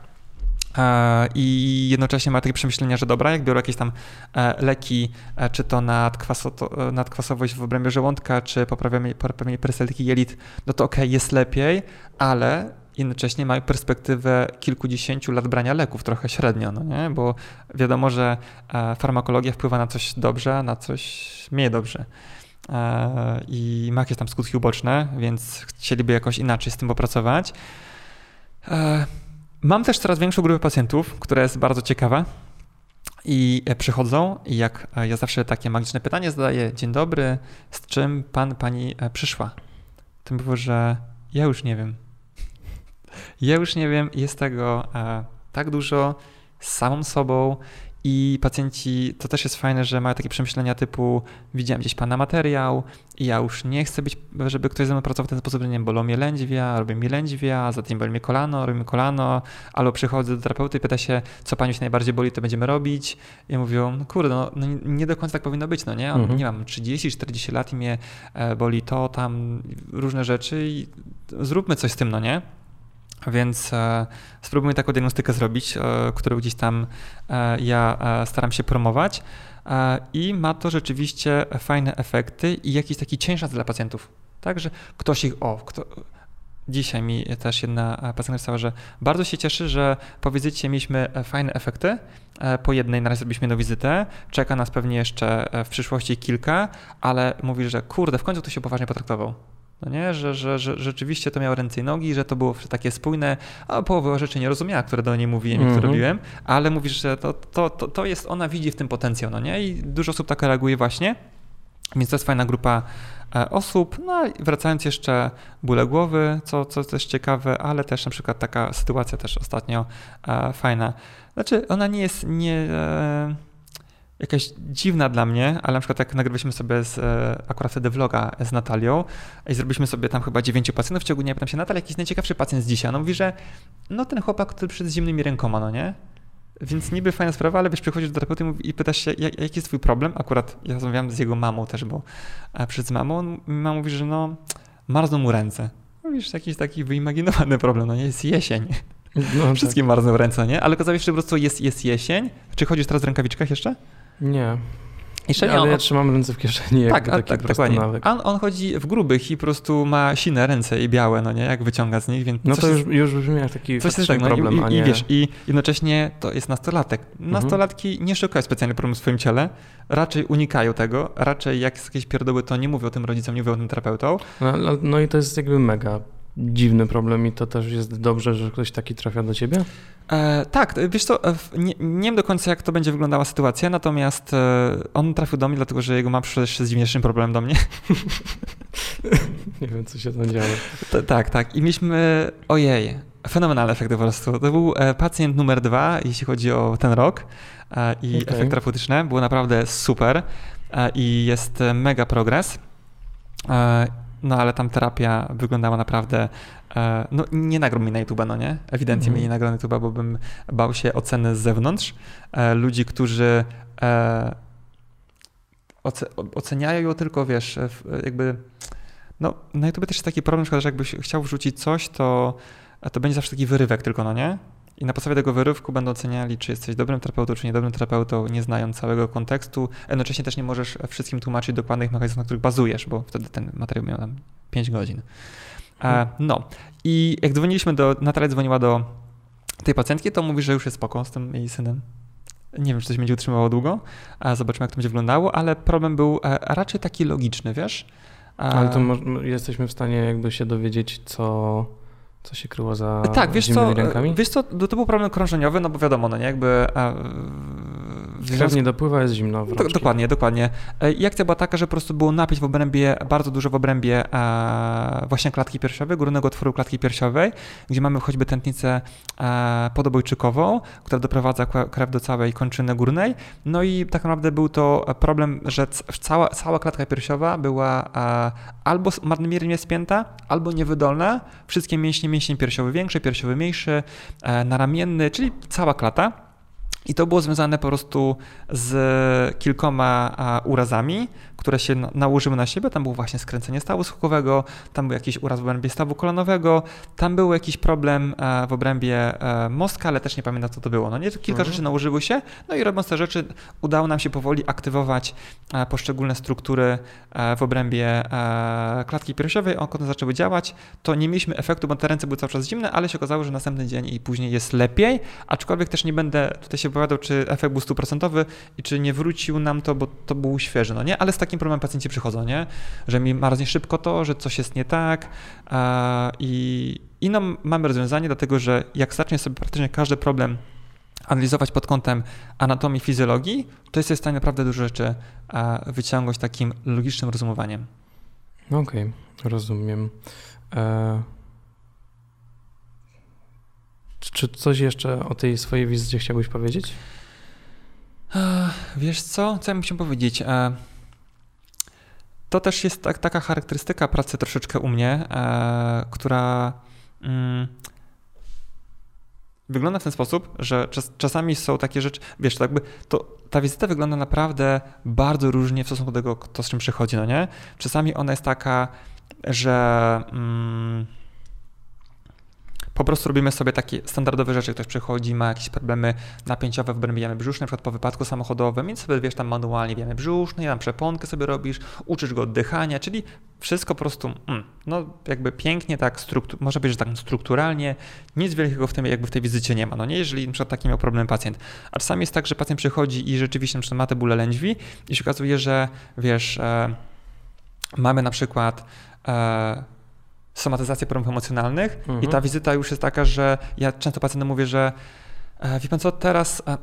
i jednocześnie ma takie przemyślenia, że dobra, jak biorą jakieś tam leki, czy to nadkwaso- nadkwasowość w obrębie żołądka, czy poprawianie, poprawianie perystaltyki jelit, no to okej, okay, jest lepiej, ale jednocześnie mają perspektywę kilkudziesięciu lat brania leków, trochę średnio, no nie? Bo wiadomo, że farmakologia wpływa na coś dobrze, na coś mniej dobrze i ma jakieś tam skutki uboczne, więc chcieliby jakoś inaczej z tym popracować. Mam też coraz większą grupę pacjentów, która jest bardzo ciekawa i przychodzą i jak ja zawsze takie magiczne pytanie zadaję, dzień dobry, z czym pan, pani przyszła? To mówię, że ja już nie wiem. Ja już nie wiem, jest tego tak dużo z samą sobą i pacjenci, to też jest fajne, że mają takie przemyślenia typu widziałem gdzieś pana materiał i ja już nie chcę być, żeby ktoś ze mną pracował w ten sposób, nie wiem, bolą mnie lędźwia, robię mi lędźwia, zatem boli mnie kolano, robi mi kolano, albo przychodzę do terapeuty i pyta się, co pani się najbardziej boli, to będziemy robić i mówią, no kurde, no, no nie do końca tak powinno być, no nie, mhm. nie mam trzydzieści czterdzieści lat i mnie boli to, tam, różne rzeczy i zróbmy coś z tym, no nie. Więc e, spróbujmy taką diagnostykę zrobić, e, którą gdzieś tam e, ja e, staram się promować e, i ma to rzeczywiście fajne efekty i jakiś taki cień szans dla pacjentów. Tak, że ktoś ich, o, kto, dzisiaj mi też jedna pacjentka napisała, że bardzo się cieszy, że po wizycie mieliśmy fajne efekty, e, po jednej na razie zrobiliśmy jedną wizytę, czeka nas pewnie jeszcze w przyszłości kilka, ale mówi, że kurde, w końcu ktoś się poważnie potraktował. No nie, że, że, że rzeczywiście to miało ręce i nogi, że to było takie spójne, a połowę rzeczy nie rozumiała, które do niej mówiłem i mm-hmm. które robiłem, ale mówisz, że to, to, to, to jest, ona widzi w tym potencjał, no nie? I dużo osób tak reaguje właśnie, więc to jest fajna grupa osób. No i wracając jeszcze, bóle głowy, co, co też ciekawe, ale też na przykład taka sytuacja też ostatnio e, fajna. Znaczy ona nie jest nie... E, jakaś dziwna dla mnie, ale na przykład jak nagrywaliśmy sobie z, akurat wtedy vloga z Natalią i zrobiliśmy sobie tam chyba dziewięciu pacjentów w ciągu dnia, pytam się, Natalia, jakiś najciekawszy pacjent z dzisiaj? Ona mówi, że no ten chłopak, który przyszedł z zimnymi rękoma, no nie? Więc niby fajna sprawa, ale wiesz, przychodzisz do terapeuty i pytasz się, jak, jaki jest twój problem? Akurat ja rozmawiałem z jego mamą też, bo przyszedł z mamą, mama mówi, że no marzną mu ręce. Mówisz, jakiś taki wyimaginowany problem, no nie? Jest jesień. No, wszystkim tak. Marzną ręce, nie? Ale okazuje się, że po prostu jest, jest jesień. Czy chodzisz teraz w rękawiczkach jeszcze?
Nie. Jeszcze nie, ale on, ja trzymam ręce w kieszeni.
Tak,
taki
tak, dokładnie. A on, on chodzi w grubych i po prostu ma sine ręce i białe, no nie, jak wyciąga z nich, więc...
No to już, jest, już brzmi jak taki faktyczny
no,
problem,
i,
a nie...
I wiesz, i jednocześnie to jest nastolatek. Nastolatki mhm. nie szukają specjalnie problemu w swoim ciele, raczej unikają tego, raczej jak jest jakieś pierdoły, to nie mówią o tym rodzicom, nie mówią o tym terapeutom.
No, no i to jest jakby mega dziwny problem i to też jest dobrze, że ktoś taki trafia do ciebie?
E, tak, wiesz co, nie, nie wiem do końca jak to będzie wyglądała sytuacja, natomiast e, on trafił do mnie, dlatego że jego mama przyszła jeszcze z dziwniejszym problemem do mnie.
Nie wiem, co się tam działo.
To, tak, tak. I mieliśmy, ojej, fenomenalny efekt po prostu. To był pacjent numer dwa, jeśli chodzi o ten rok e, i okay. efekt terapeutyczny. Było naprawdę super e, i jest mega progres. E, No ale tam terapia wyglądała naprawdę, no nie nagrał mi na YouTube'a, no nie? Ewidentnie mm. mnie nie nagrał na YouTube'a, bo bym bał się oceny z zewnątrz. Ludzi, którzy oceniają ją tylko, wiesz, jakby, no na YouTubie też jest taki problem, że jakbyś chciał wrzucić coś, to, to będzie zawsze taki wyrywek tylko, no nie? I na podstawie tego wyrywku będą oceniali, czy jesteś dobrym terapeutą, czy niedobrym terapeutą, nie znając całego kontekstu. Jednocześnie też nie możesz wszystkim tłumaczyć dokładnych mechanizmów, na których bazujesz, bo wtedy ten materiał miał tam pięć godzin. E, no i jak dzwoniliśmy do, Natalia dzwoniła do tej pacjentki, to mówi, że już jest spoko z tym jej synem. Nie wiem, czy to się będzie utrzymywało długo, a zobaczymy, jak to będzie wyglądało, ale problem był raczej taki logiczny, wiesz? A... Ale
to mo- jesteśmy w stanie jakby się dowiedzieć, co... Co się kryło za
tak, wiesz
zimnymi
co,
rękami?
Wiesz co, to był problem krążeniowy, no bo wiadomo, no nie, jakby... A,
w Krew nie dopływa, jest zimno w
do, Dokładnie, dokładnie. I akcja była taka, że po prostu było napięć w obrębie, bardzo dużo w obrębie e, właśnie klatki piersiowej, górnego otworu klatki piersiowej, gdzie mamy choćby tętnicę e, podobojczykową, która doprowadza krew do całej kończyny górnej. No i tak naprawdę był to problem, że cała, cała klatka piersiowa była e, albo nadmiernie spięta, albo niewydolna. Wszystkie mięśnie, mięsień piersiowy większy, piersiowy mniejszy, e, naramienny, czyli cała klata. I to było związane po prostu z kilkoma urazami, które się nałożyły na siebie. Tam było właśnie skręcenie stawu skokowego, tam był jakiś uraz w obrębie stawu kolanowego, tam był jakiś problem w obrębie mostka, ale też nie pamiętam, co to było. No nie, to kilka mhm. rzeczy nałożyły się, no i robiąc te rzeczy udało nam się powoli aktywować poszczególne struktury w obrębie klatki piersiowej. One zaczęły działać, to nie mieliśmy efektu, bo te ręce były cały czas zimne, ale się okazało, że następny dzień i później jest lepiej, aczkolwiek też nie będę tutaj się opowiadał, czy efekt był stuprocentowy i czy nie wrócił nam to, bo to był świeży, no nie? Ale z takim problemem pacjenci przychodzą, nie? Że mi marznie szybko to, że coś jest nie tak a, i, i no, mamy rozwiązanie, dlatego że jak zacznie sobie praktycznie każdy problem analizować pod kątem anatomii, fizjologii, to jest w stanie naprawdę dużo rzeczy a, wyciągnąć takim logicznym rozumowaniem.
Okej, okay, rozumiem. E... Czy coś jeszcze o tej swojej wizycie chciałbyś powiedzieć?
Wiesz co? Co ja musiałem powiedzieć? To też jest tak, taka charakterystyka pracy troszeczkę u mnie, która mm, wygląda w ten sposób, że czas, czasami są takie rzeczy, wiesz, to jakby to, ta wizyta wygląda naprawdę bardzo różnie w stosunku do tego, kto z czym przychodzi, no nie? Czasami ona jest taka, że... Mm, po prostu robimy sobie takie standardowe rzeczy, ktoś przychodzi, ma jakieś problemy napięciowe w obrębie jamy brzusznej, na przykład po wypadku samochodowym, więc sobie wiesz tam manualnie w jamie brzusznej, tam przeponkę sobie robisz, uczysz go oddychania, czyli wszystko po prostu, mm, no jakby pięknie, tak, struktu- może być, że tak strukturalnie, nic wielkiego w tym jakby w tej wizycie nie ma, no nie, jeżeli na przykład taki miał problem pacjent. A czasami jest tak, że pacjent przychodzi i rzeczywiście na przykład ma te bóle lędźwi i się okazuje, że wiesz, e, mamy na przykład e, somatyzację problemów emocjonalnych mhm. i ta wizyta już jest taka, że ja często pacjentom mówię, że e, wie pan co, teraz e,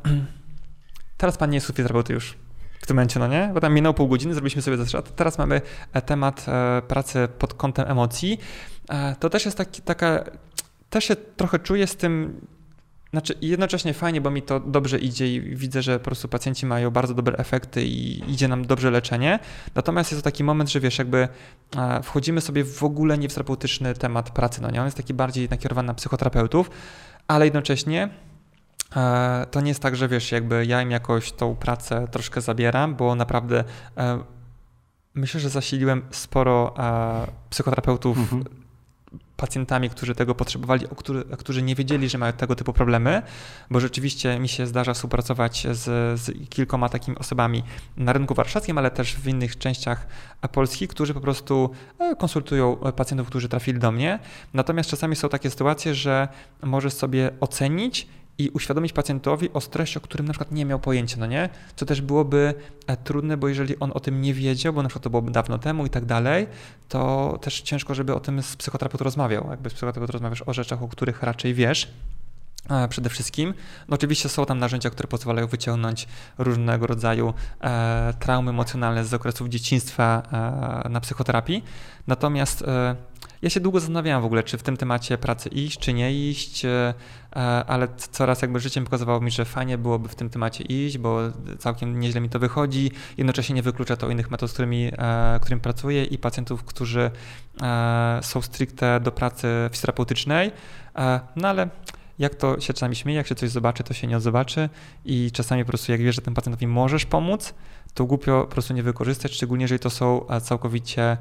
teraz pan nie jest u fizjoterapeuty już w tym momencie, no nie? Bo tam minęło pół godziny, zrobiliśmy sobie zastrzeż, teraz mamy temat e, pracy pod kątem emocji. E, to też jest taki, taka, też się trochę czuję z tym, znaczy jednocześnie fajnie, bo mi to dobrze idzie i widzę, że po prostu pacjenci mają bardzo dobre efekty i idzie nam dobrze leczenie. Natomiast jest to taki moment, że wiesz, jakby wchodzimy sobie w ogóle nie w terapeutyczny temat pracy, no nie? On jest taki bardziej nakierowany na psychoterapeutów, ale jednocześnie to nie jest tak, że wiesz, jakby ja im jakoś tą pracę troszkę zabieram, bo naprawdę myślę, że zasiliłem sporo psychoterapeutów mhm. pacjentami, którzy tego potrzebowali, o który, którzy nie wiedzieli, że mają tego typu problemy, bo rzeczywiście mi się zdarza współpracować z, z kilkoma takimi osobami na rynku warszawskim, ale też w innych częściach Polski, którzy po prostu konsultują pacjentów, którzy trafili do mnie. Natomiast czasami są takie sytuacje, że możesz sobie ocenić i uświadomić pacjentowi o stresie, o którym na przykład nie miał pojęcia, no nie? Co też byłoby trudne, bo jeżeli on o tym nie wiedział, bo na przykład to byłoby dawno temu i tak dalej, to też ciężko, żeby o tym z psychoterapeutą rozmawiał. Jakby z psychoterapeutą rozmawiasz o rzeczach, o których raczej wiesz. Przede wszystkim. No oczywiście są tam narzędzia, które pozwalają wyciągnąć różnego rodzaju e, traumy emocjonalne z okresów dzieciństwa e, na psychoterapii. Natomiast e, ja się długo zastanawiałem w ogóle, czy w tym temacie pracy iść, czy nie iść, e, ale coraz jakby życiem pokazywało mi, że fajnie byłoby w tym temacie iść, bo całkiem nieźle mi to wychodzi. Jednocześnie nie wyklucza to innych metod, z którymi, e, którymi pracuję i pacjentów, którzy e, są stricte do pracy fizjoterapeutycznej. E, no ale jak to się czasami śmieje, jak się coś zobaczy, to się nie zobaczy i czasami po prostu jak wiesz, że tym pacjentowi możesz pomóc, to głupio po prostu nie wykorzystać, szczególnie jeżeli to są całkowicie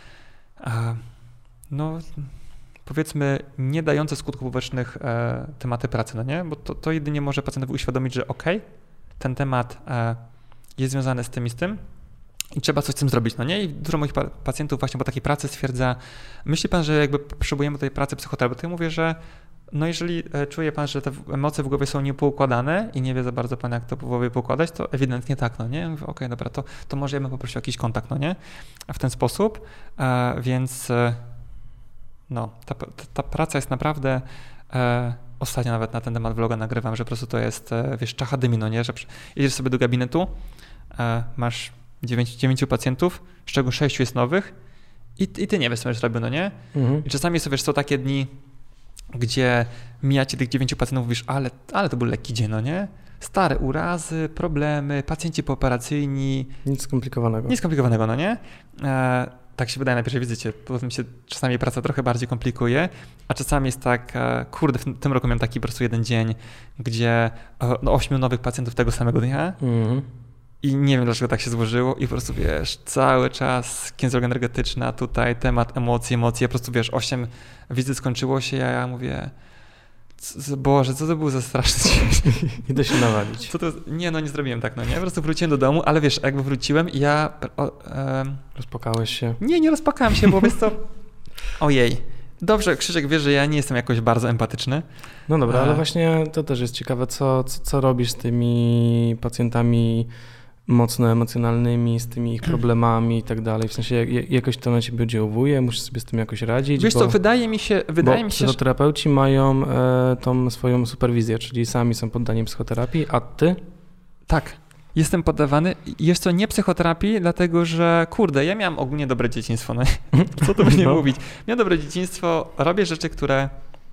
no powiedzmy nie dające skutków ubocznych tematy pracy, no nie? Bo to, to jedynie może pacjentowi uświadomić, że okej, okay, ten temat jest związany z tym i z tym i trzeba coś z tym zrobić, no nie? I dużo moich pacjentów właśnie po takiej pracy stwierdza, myśli pan, że jakby potrzebujemy tej pracy psychoterapeuty? Ja mówię, że no jeżeli czuje pan, że te emocje w głowie są niepoukładane i nie wie za bardzo pan, jak to w głowie poukładać, to ewidentnie tak, no nie? Ja mówię, okej, okay, dobra, to, to może ja bym poprosił o jakiś kontakt, no nie? W ten sposób, e, więc no, ta, ta, ta praca jest naprawdę e, ostatnio nawet na ten temat vloga nagrywam, że po prostu to jest, e, wiesz, czacha dymi, no nie, że jedziesz sobie do gabinetu, e, masz dziewięciu pacjentów, z czego sześciu jest nowych i, i ty nie wiesz, co będziesz robił, no nie? Mhm. I czasami sobie, wiesz, są takie dni, gdzie mijacie tych dziewięciu pacjentów, mówisz, ale, ale to był lekki dzień, no nie? Stare urazy, problemy, pacjenci pooperacyjni.
Nic skomplikowanego.
Nic skomplikowanego, no nie? E, tak się wydaje na pierwszej wizycie. Potem się czasami praca trochę bardziej komplikuje, a czasami jest tak, e, kurde, w tym, tym roku miałem taki po prostu jeden dzień, gdzie e, no, ośmiu nowych pacjentów tego samego dnia mhm. i nie wiem, dlaczego tak się złożyło i po prostu, wiesz, cały czas kinezjologia energetyczna, tutaj temat emocji, emocje, po prostu, wiesz, osiem wizyt skończyło się, a ja mówię, Boże, co to był za straszny dzień.
Idę się nawalić.
Co to, nie, no nie zrobiłem tak, no nie, po prostu wróciłem do domu, ale wiesz, jakby wróciłem i ja... O, e,
Rozpakałeś się?
Nie, nie rozpakałem się, bo wiesz co, ojej, dobrze, Krzysiek wie, że ja nie jestem jakoś bardzo empatyczny.
No dobra, a... ale właśnie to też jest ciekawe, co, co, co robisz z tymi pacjentami mocno emocjonalnymi, z tymi ich problemami i tak dalej, w sensie jak, jakoś to na ciebie oddziałuje, musisz sobie z tym jakoś radzić.
Wiesz
bo,
co, wydaje mi się, wydaje
bo
mi się,
psychoterapeuci że... mają e, tą swoją superwizję, czyli sami są poddani psychoterapii, a ty?
Tak, jestem poddawany. Jest to nie psychoterapii, dlatego że kurde, ja miałem ogólnie dobre dzieciństwo, no co tu by nie no. mówić. Miałem dobre dzieciństwo, robię rzeczy, które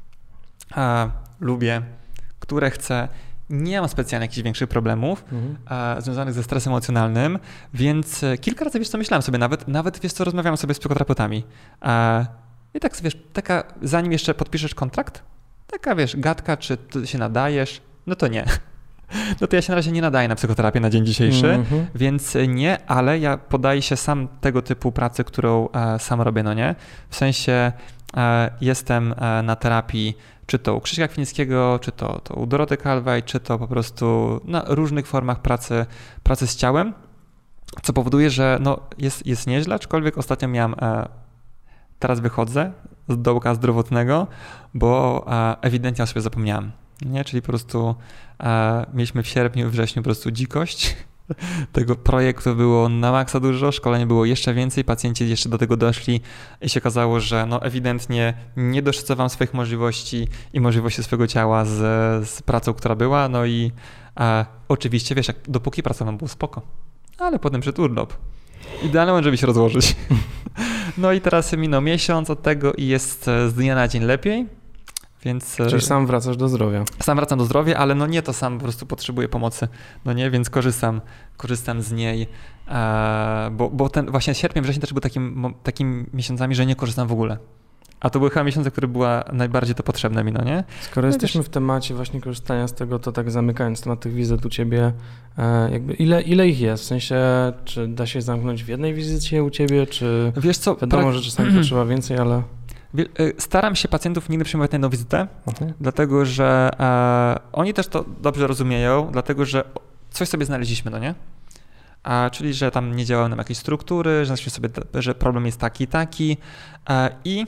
a, lubię, które chcę. Nie mam specjalnie jakichś większych problemów mhm. e, związanych ze stresem emocjonalnym, więc e, kilka razy, wiesz co, myślałem sobie nawet, nawet wiesz co, rozmawiałem sobie z psychoterapeutami. E, I tak, wiesz, taka, zanim jeszcze podpiszesz kontrakt, taka, wiesz, gadka, czy ty się nadajesz, no to nie. No to ja się na razie nie nadaję na psychoterapię na dzień dzisiejszy, mhm. więc nie, ale ja podaję się sam tego typu pracy, którą e, sam robię, no nie? W sensie e, jestem e, na terapii czy to u Krzyśka Kwinickiego, czy to, to u Doroty Kalwej, czy to po prostu na różnych formach pracy, pracy z ciałem, co powoduje, że no jest, jest nieźle, aczkolwiek ostatnio miałem, e, teraz wychodzę z dołka zdrowotnego, bo e, ewidentnie o sobie zapomniałem, nie? Czyli po prostu e, mieliśmy w sierpniu, wrześniu po prostu dzikość. Tego projektu było na maksa dużo, szkolenie było jeszcze więcej, pacjenci jeszcze do tego doszli i się okazało, że no ewidentnie nie doszacowałem swoich możliwości i możliwości swojego ciała z, z pracą, która była, no i e, oczywiście, wiesz, jak, dopóki pracowałem, było spoko, ale potem przyszedł urlop. Idealny moment, żeby się rozłożyć. No i teraz minął miesiąc od tego i jest z dnia na dzień lepiej. Więc,
Czyli sam wracasz do zdrowia.
Sam wracam do zdrowia, ale no nie to sam, po prostu potrzebuję pomocy, no nie, więc korzystam, korzystam z niej, e, bo, bo ten właśnie sierpień, wrzesień też był takim, takim miesiącami, że nie korzystam w ogóle. A to były chyba miesiące, które była najbardziej to potrzebne mi, no nie?
Skoro no jesteśmy wiesz, w temacie właśnie korzystania z tego, to tak zamykając temat tych wizyt u ciebie, e, jakby ile, ile ich jest? W sensie, czy da się zamknąć w jednej wizycie u ciebie, czy
wiesz co,
wiadomo, pra... że czasami potrzeba więcej, ale...
Staram się pacjentów nigdy przyjmować na jedną wizytę, uh-huh. dlatego że e, oni też to dobrze rozumieją, dlatego że coś sobie znaleźliśmy, no nie? A, czyli, że tam nie działają nam jakieś struktury, że znaleźliśmy sobie, że problem jest taki, taki e, i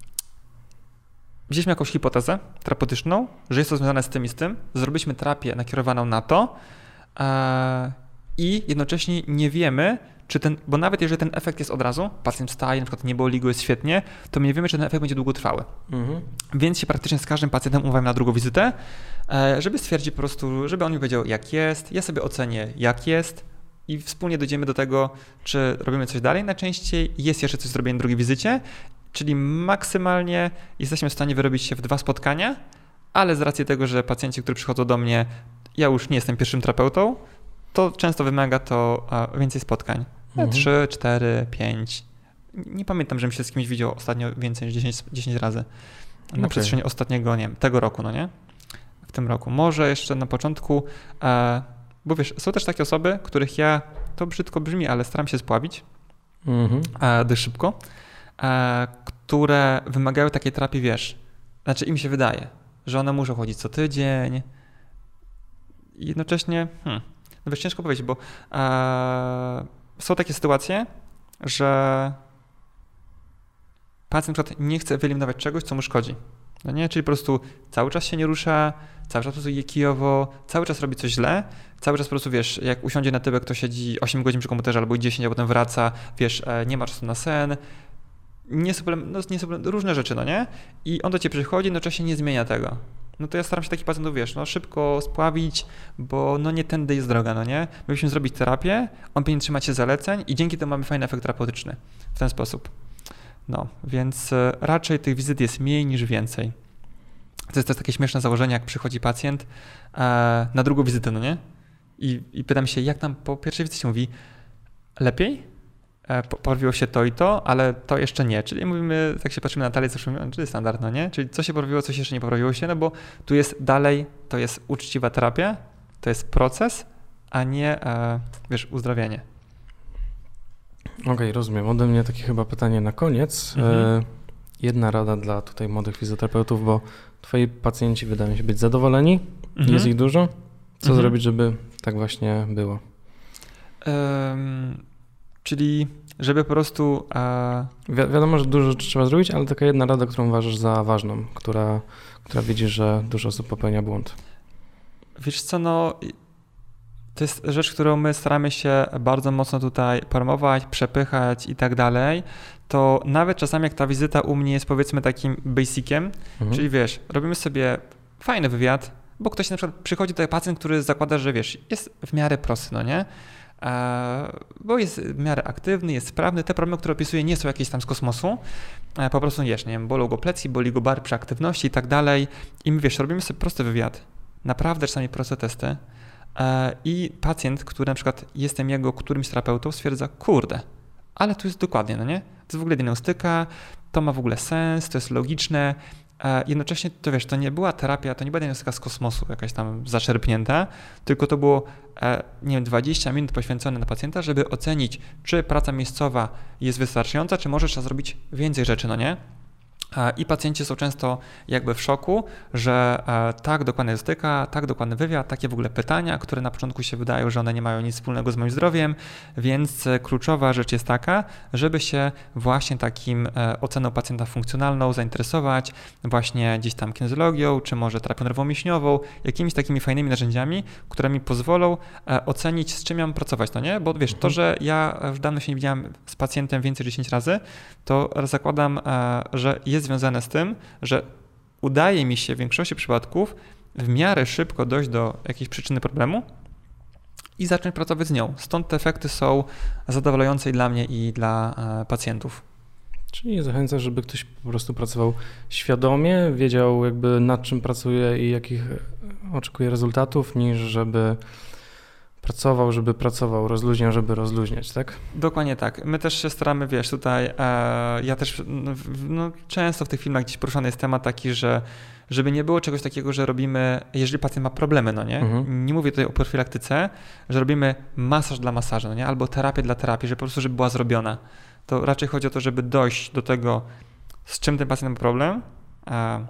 wzięliśmy jakąś hipotezę terapeutyczną, że jest to związane z tym i z tym, zrobiliśmy terapię nakierowaną na to e, i jednocześnie nie wiemy, czy ten, bo nawet jeżeli ten efekt jest od razu, pacjent wstaje, na przykład nie boli go, jest świetnie, to my nie wiemy, czy ten efekt będzie długotrwały. Mhm. Więc się praktycznie z każdym pacjentem umawiam na drugą wizytę, żeby stwierdzić po prostu, żeby on mi powiedział, jak jest, ja sobie ocenię, jak jest i wspólnie dojdziemy do tego, czy robimy coś dalej. Najczęściej jest jeszcze coś do zrobienia na drugiej wizycie, czyli maksymalnie jesteśmy w stanie wyrobić się w dwa spotkania, ale z racji tego, że pacjenci, którzy przychodzą do mnie, ja już nie jestem pierwszym terapeutą, to często wymaga to więcej spotkań. Mhm. Trzy, cztery, pięć. Nie pamiętam, żebym się z kimś widział ostatnio więcej niż dziesięć, dziesięć razy. Na okay. przestrzeni ostatniego, nie wiem, tego roku, no nie? W tym roku. Może jeszcze na początku, e, bo wiesz, są też takie osoby, których ja, to brzydko brzmi, ale staram się spławić mhm. e, dość szybko, e, które wymagają takiej terapii, wiesz, znaczy im się wydaje, że one muszą chodzić co tydzień i jednocześnie, hmm, no wiesz, ciężko powiedzieć, bo e, są takie sytuacje, że pacjent na przykład nie chce wyeliminować czegoś, co mu szkodzi. No nie? Czyli po prostu cały czas się nie rusza, cały czas po prostu je kijowo, cały czas robi coś źle, cały czas po prostu, wiesz, jak usiądzie na tyłek, to siedzi osiem godzin przy komputerze albo dziesięć, a potem wraca, wiesz, nie ma czasu na sen, nie suplement, no, nie suplement, różne rzeczy, no nie? I on do ciebie przychodzi, jednocześnie nie zmienia tego. no to ja staram się takich pacjentów, wiesz, no szybko spławić, bo no nie tędy jest droga, no nie? My musimy zrobić terapię, on powinien trzymać się zaleceń i dzięki temu mamy fajny efekt terapeutyczny w ten sposób. No, więc raczej tych wizyt jest mniej niż więcej. To jest też takie śmieszne założenie, jak przychodzi pacjent e, na drugą wizytę, no nie? I, I pytam się, jak tam po pierwszej wizycie mówi, lepiej? E, poprawiło się to i to, ale to jeszcze nie. Czyli mówimy, tak się patrzymy na Natalię, co mówimy, czyli standard, no nie? Czyli co się poprawiło, coś jeszcze nie poprawiło się, no bo tu jest dalej, to jest uczciwa terapia, to jest proces, a nie, e, wiesz, uzdrawianie.
Okej, okay, rozumiem. Ode mnie takie chyba pytanie na koniec. Mhm. E, jedna rada dla tutaj młodych fizjoterapeutów, bo twoi pacjenci wydają się być zadowoleni, mhm. jest ich dużo. Co mhm. zrobić, żeby tak właśnie było? Um, czyli żeby po prostu... A... Wi- wiadomo, że dużo rzeczy trzeba zrobić, ale taka jedna rada, którą uważasz za ważną, która, która widzisz, że dużo osób popełnia błąd.
Wiesz co, no... To jest rzecz, którą my staramy się bardzo mocno tutaj promować, przepychać i tak dalej, to nawet czasami jak ta wizyta u mnie jest powiedzmy takim basiciem, mhm. czyli wiesz, robimy sobie fajny wywiad, bo ktoś na przykład przychodzi tutaj pacjent, który zakłada, że wiesz, jest w miarę prosty, no nie? E, bo jest w miarę aktywny, jest sprawny, te problemy, które opisuje nie są jakieś tam z kosmosu, e, po prostu wiesz, nie wiem, bolą go plecy, boli go bar przy aktywności i tak dalej i my wiesz, robimy sobie prosty wywiad, naprawdę czasami proste testy, i pacjent, który na przykład jestem jego którymś terapeutą, stwierdza, kurde, ale tu jest dokładnie, no nie? To jest w ogóle diagnostyka, to ma w ogóle sens, to jest logiczne. Jednocześnie to wiesz, to nie była terapia, to nie była diagnostyka z kosmosu jakaś tam zaczerpnięta, tylko to było, nie wiem, dwadzieścia minut poświęcone na pacjenta, żeby ocenić, czy praca miejscowa jest wystarczająca, czy może trzeba zrobić więcej rzeczy, no nie? I pacjenci są często jakby w szoku, że tak dokładna diagnostyka, tak dokładny wywiad, takie w ogóle pytania, które na początku się wydają, że one nie mają nic wspólnego z moim zdrowiem, więc kluczowa rzecz jest taka, żeby się właśnie takim oceną pacjenta funkcjonalną zainteresować, właśnie gdzieś tam kinezjologią, czy może terapią nerwowo-mięśniową, jakimiś takimi fajnymi narzędziami, które mi pozwolą ocenić, z czym ja mam pracować, no nie? Bo wiesz, to, że ja już dawno się nie widziałem z pacjentem więcej niż dziesięć razy, to zakładam, że jest związane z tym, że udaje mi się w większości przypadków w miarę szybko dojść do jakiejś przyczyny problemu i zacząć pracować z nią. Stąd te efekty są zadowalające i dla mnie i dla pacjentów.
Czyli zachęcasz, żeby ktoś po prostu pracował świadomie, wiedział jakby nad czym pracuje i jakich oczekuje rezultatów, niż żeby pracował, żeby pracował, rozluźniał, żeby rozluźniać, tak?
Dokładnie tak. My też się staramy, wiesz, tutaj e, ja też no, no, często w tych filmach gdzieś poruszany jest temat taki, że żeby nie było czegoś takiego, że robimy, jeżeli pacjent ma problemy, no nie? Mhm. Nie mówię tutaj o profilaktyce, że robimy masaż dla masażu, no nie? Albo terapię dla terapii, że po prostu, żeby była zrobiona. To raczej chodzi o to, żeby dojść do tego, z czym ten pacjent ma problem, e,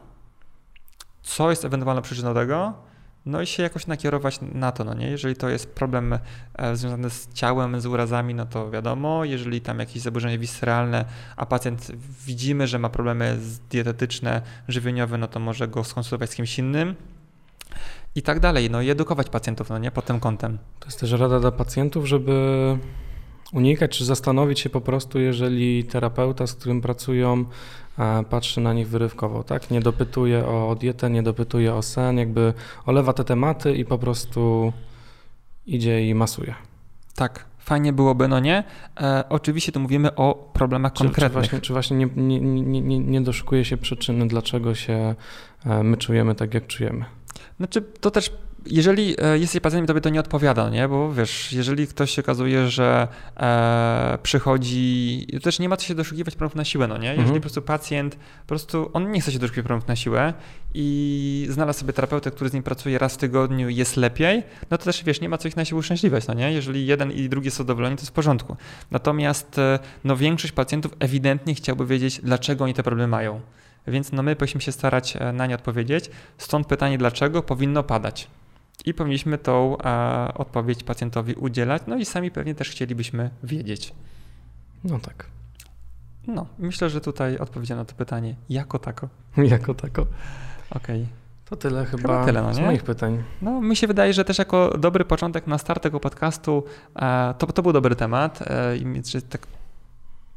co jest ewentualną przyczyną tego, no i się jakoś nakierować na to, no nie? Jeżeli to jest problem e, związany z ciałem, z urazami, no to wiadomo, jeżeli tam jakieś zaburzenie visceralne, a pacjent widzimy, że ma problemy dietetyczne, żywieniowe, no to może go skonsultować z kimś innym i tak dalej, no i edukować pacjentów, no nie? Pod tym kątem.
To jest też rada dla pacjentów, żeby unikać czy zastanowić się po prostu, jeżeli terapeuta, z którym pracują, patrzy na nich wyrywkowo, tak? Nie dopytuje o dietę, nie dopytuje o sen, jakby olewa te tematy i po prostu idzie i masuje.
Tak, fajnie byłoby, no nie? E, oczywiście tu mówimy o problemach
czy,
konkretnych.
Czy właśnie, czy właśnie nie, nie, nie, nie, nie doszukuje się przyczyny, dlaczego się my czujemy tak, jak czujemy?
Znaczy, to też jeżeli jesteś pacjentem, tobie to nie odpowiada, nie? Bo wiesz, jeżeli ktoś się okazuje, że e, przychodzi, to też nie ma co się doszukiwać problemów na siłę, no nie? Jeżeli mhm. po prostu pacjent, po prostu on nie chce się doszukiwać problemów na siłę i znalazł sobie terapeutę, który z nim pracuje raz w tygodniu i jest lepiej, no to też wiesz, nie ma co ich na siłę uszczęśliwiać, no nie? Jeżeli jeden i drugi są zadowoleni, to jest w porządku. Natomiast no większość pacjentów ewidentnie chciałby wiedzieć, dlaczego oni te problemy mają. Więc no my powinniśmy się starać na nie odpowiedzieć. Stąd pytanie, dlaczego powinno padać. I powinniśmy tą e, odpowiedź pacjentowi udzielać, no i sami pewnie też chcielibyśmy wiedzieć.
No tak.
No, myślę, że tutaj odpowiedziano na to pytanie jako tako.
Jako tako.
Okej. Okay.
To tyle chyba, chyba tyle, no, z moich pytań.
No, mi się wydaje, że też jako dobry początek na start tego podcastu e, to, to był dobry temat. E, i tak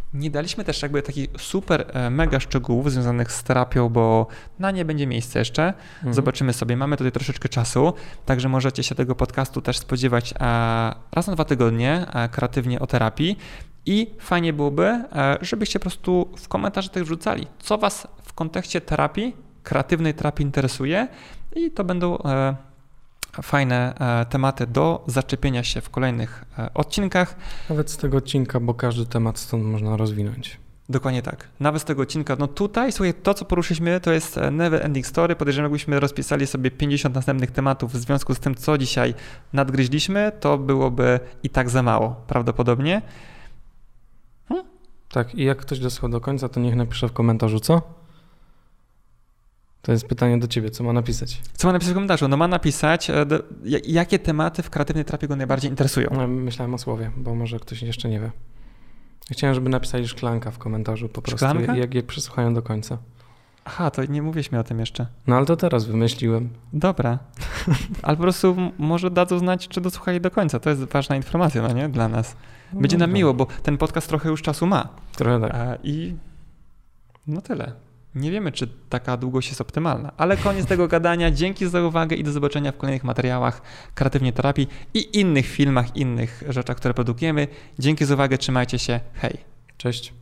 Nie daliśmy też jakby takich super, e, mega szczegółów związanych z terapią, bo na nie będzie miejsce jeszcze. Mhm. Zobaczymy sobie, mamy tutaj troszeczkę czasu, także możecie się tego podcastu też spodziewać e, raz na dwa tygodnie e, kreatywnie o terapii i fajnie byłoby, e, żebyście po prostu w komentarzach też wrzucali, co was w kontekście terapii, kreatywnej terapii interesuje i to będą e, fajne e, tematy do zaczepienia się w kolejnych e, odcinkach.
Nawet z tego odcinka, bo każdy temat stąd można rozwinąć.
Dokładnie tak. Nawet z tego odcinka. No tutaj, słuchaj, to co poruszyliśmy, to jest never ending story. Podejrzewam, jakbyśmy rozpisali sobie pięćdziesiąt następnych tematów w związku z tym, co dzisiaj nadgryźliśmy, to byłoby i tak za mało prawdopodobnie.
Hmm? Tak, i jak ktoś dosłuchał do końca, to niech napisze w komentarzu, co? To jest pytanie do ciebie, co ma napisać?
Co ma napisać w komentarzu? No ma napisać, do, jakie tematy w kreatywnej terapii go najbardziej interesują.
No, myślałem o słowie, bo może ktoś jeszcze nie wie. Chciałem, żeby napisali szklanka w komentarzu po prostu,
Szklanka?
jak, jak przesłuchają do końca.
Aha, to nie mówiliśmy o tym jeszcze.
No ale to teraz wymyśliłem.
Dobra. Ale po prostu może dadzą znać, czy dosłuchali do końca. To jest ważna informacja, no nie? Dla nas. Będzie
no,
nam
no.
miło, bo ten podcast trochę już czasu ma.
Trochę tak.
A, I no tyle. Nie wiemy, czy taka długość jest optymalna, ale koniec tego gadania. Dzięki za uwagę i do zobaczenia w kolejnych materiałach Kreatywnie Terapii i innych filmach, innych rzeczach, które produkujemy. Dzięki za uwagę, trzymajcie się. Hej.
Cześć.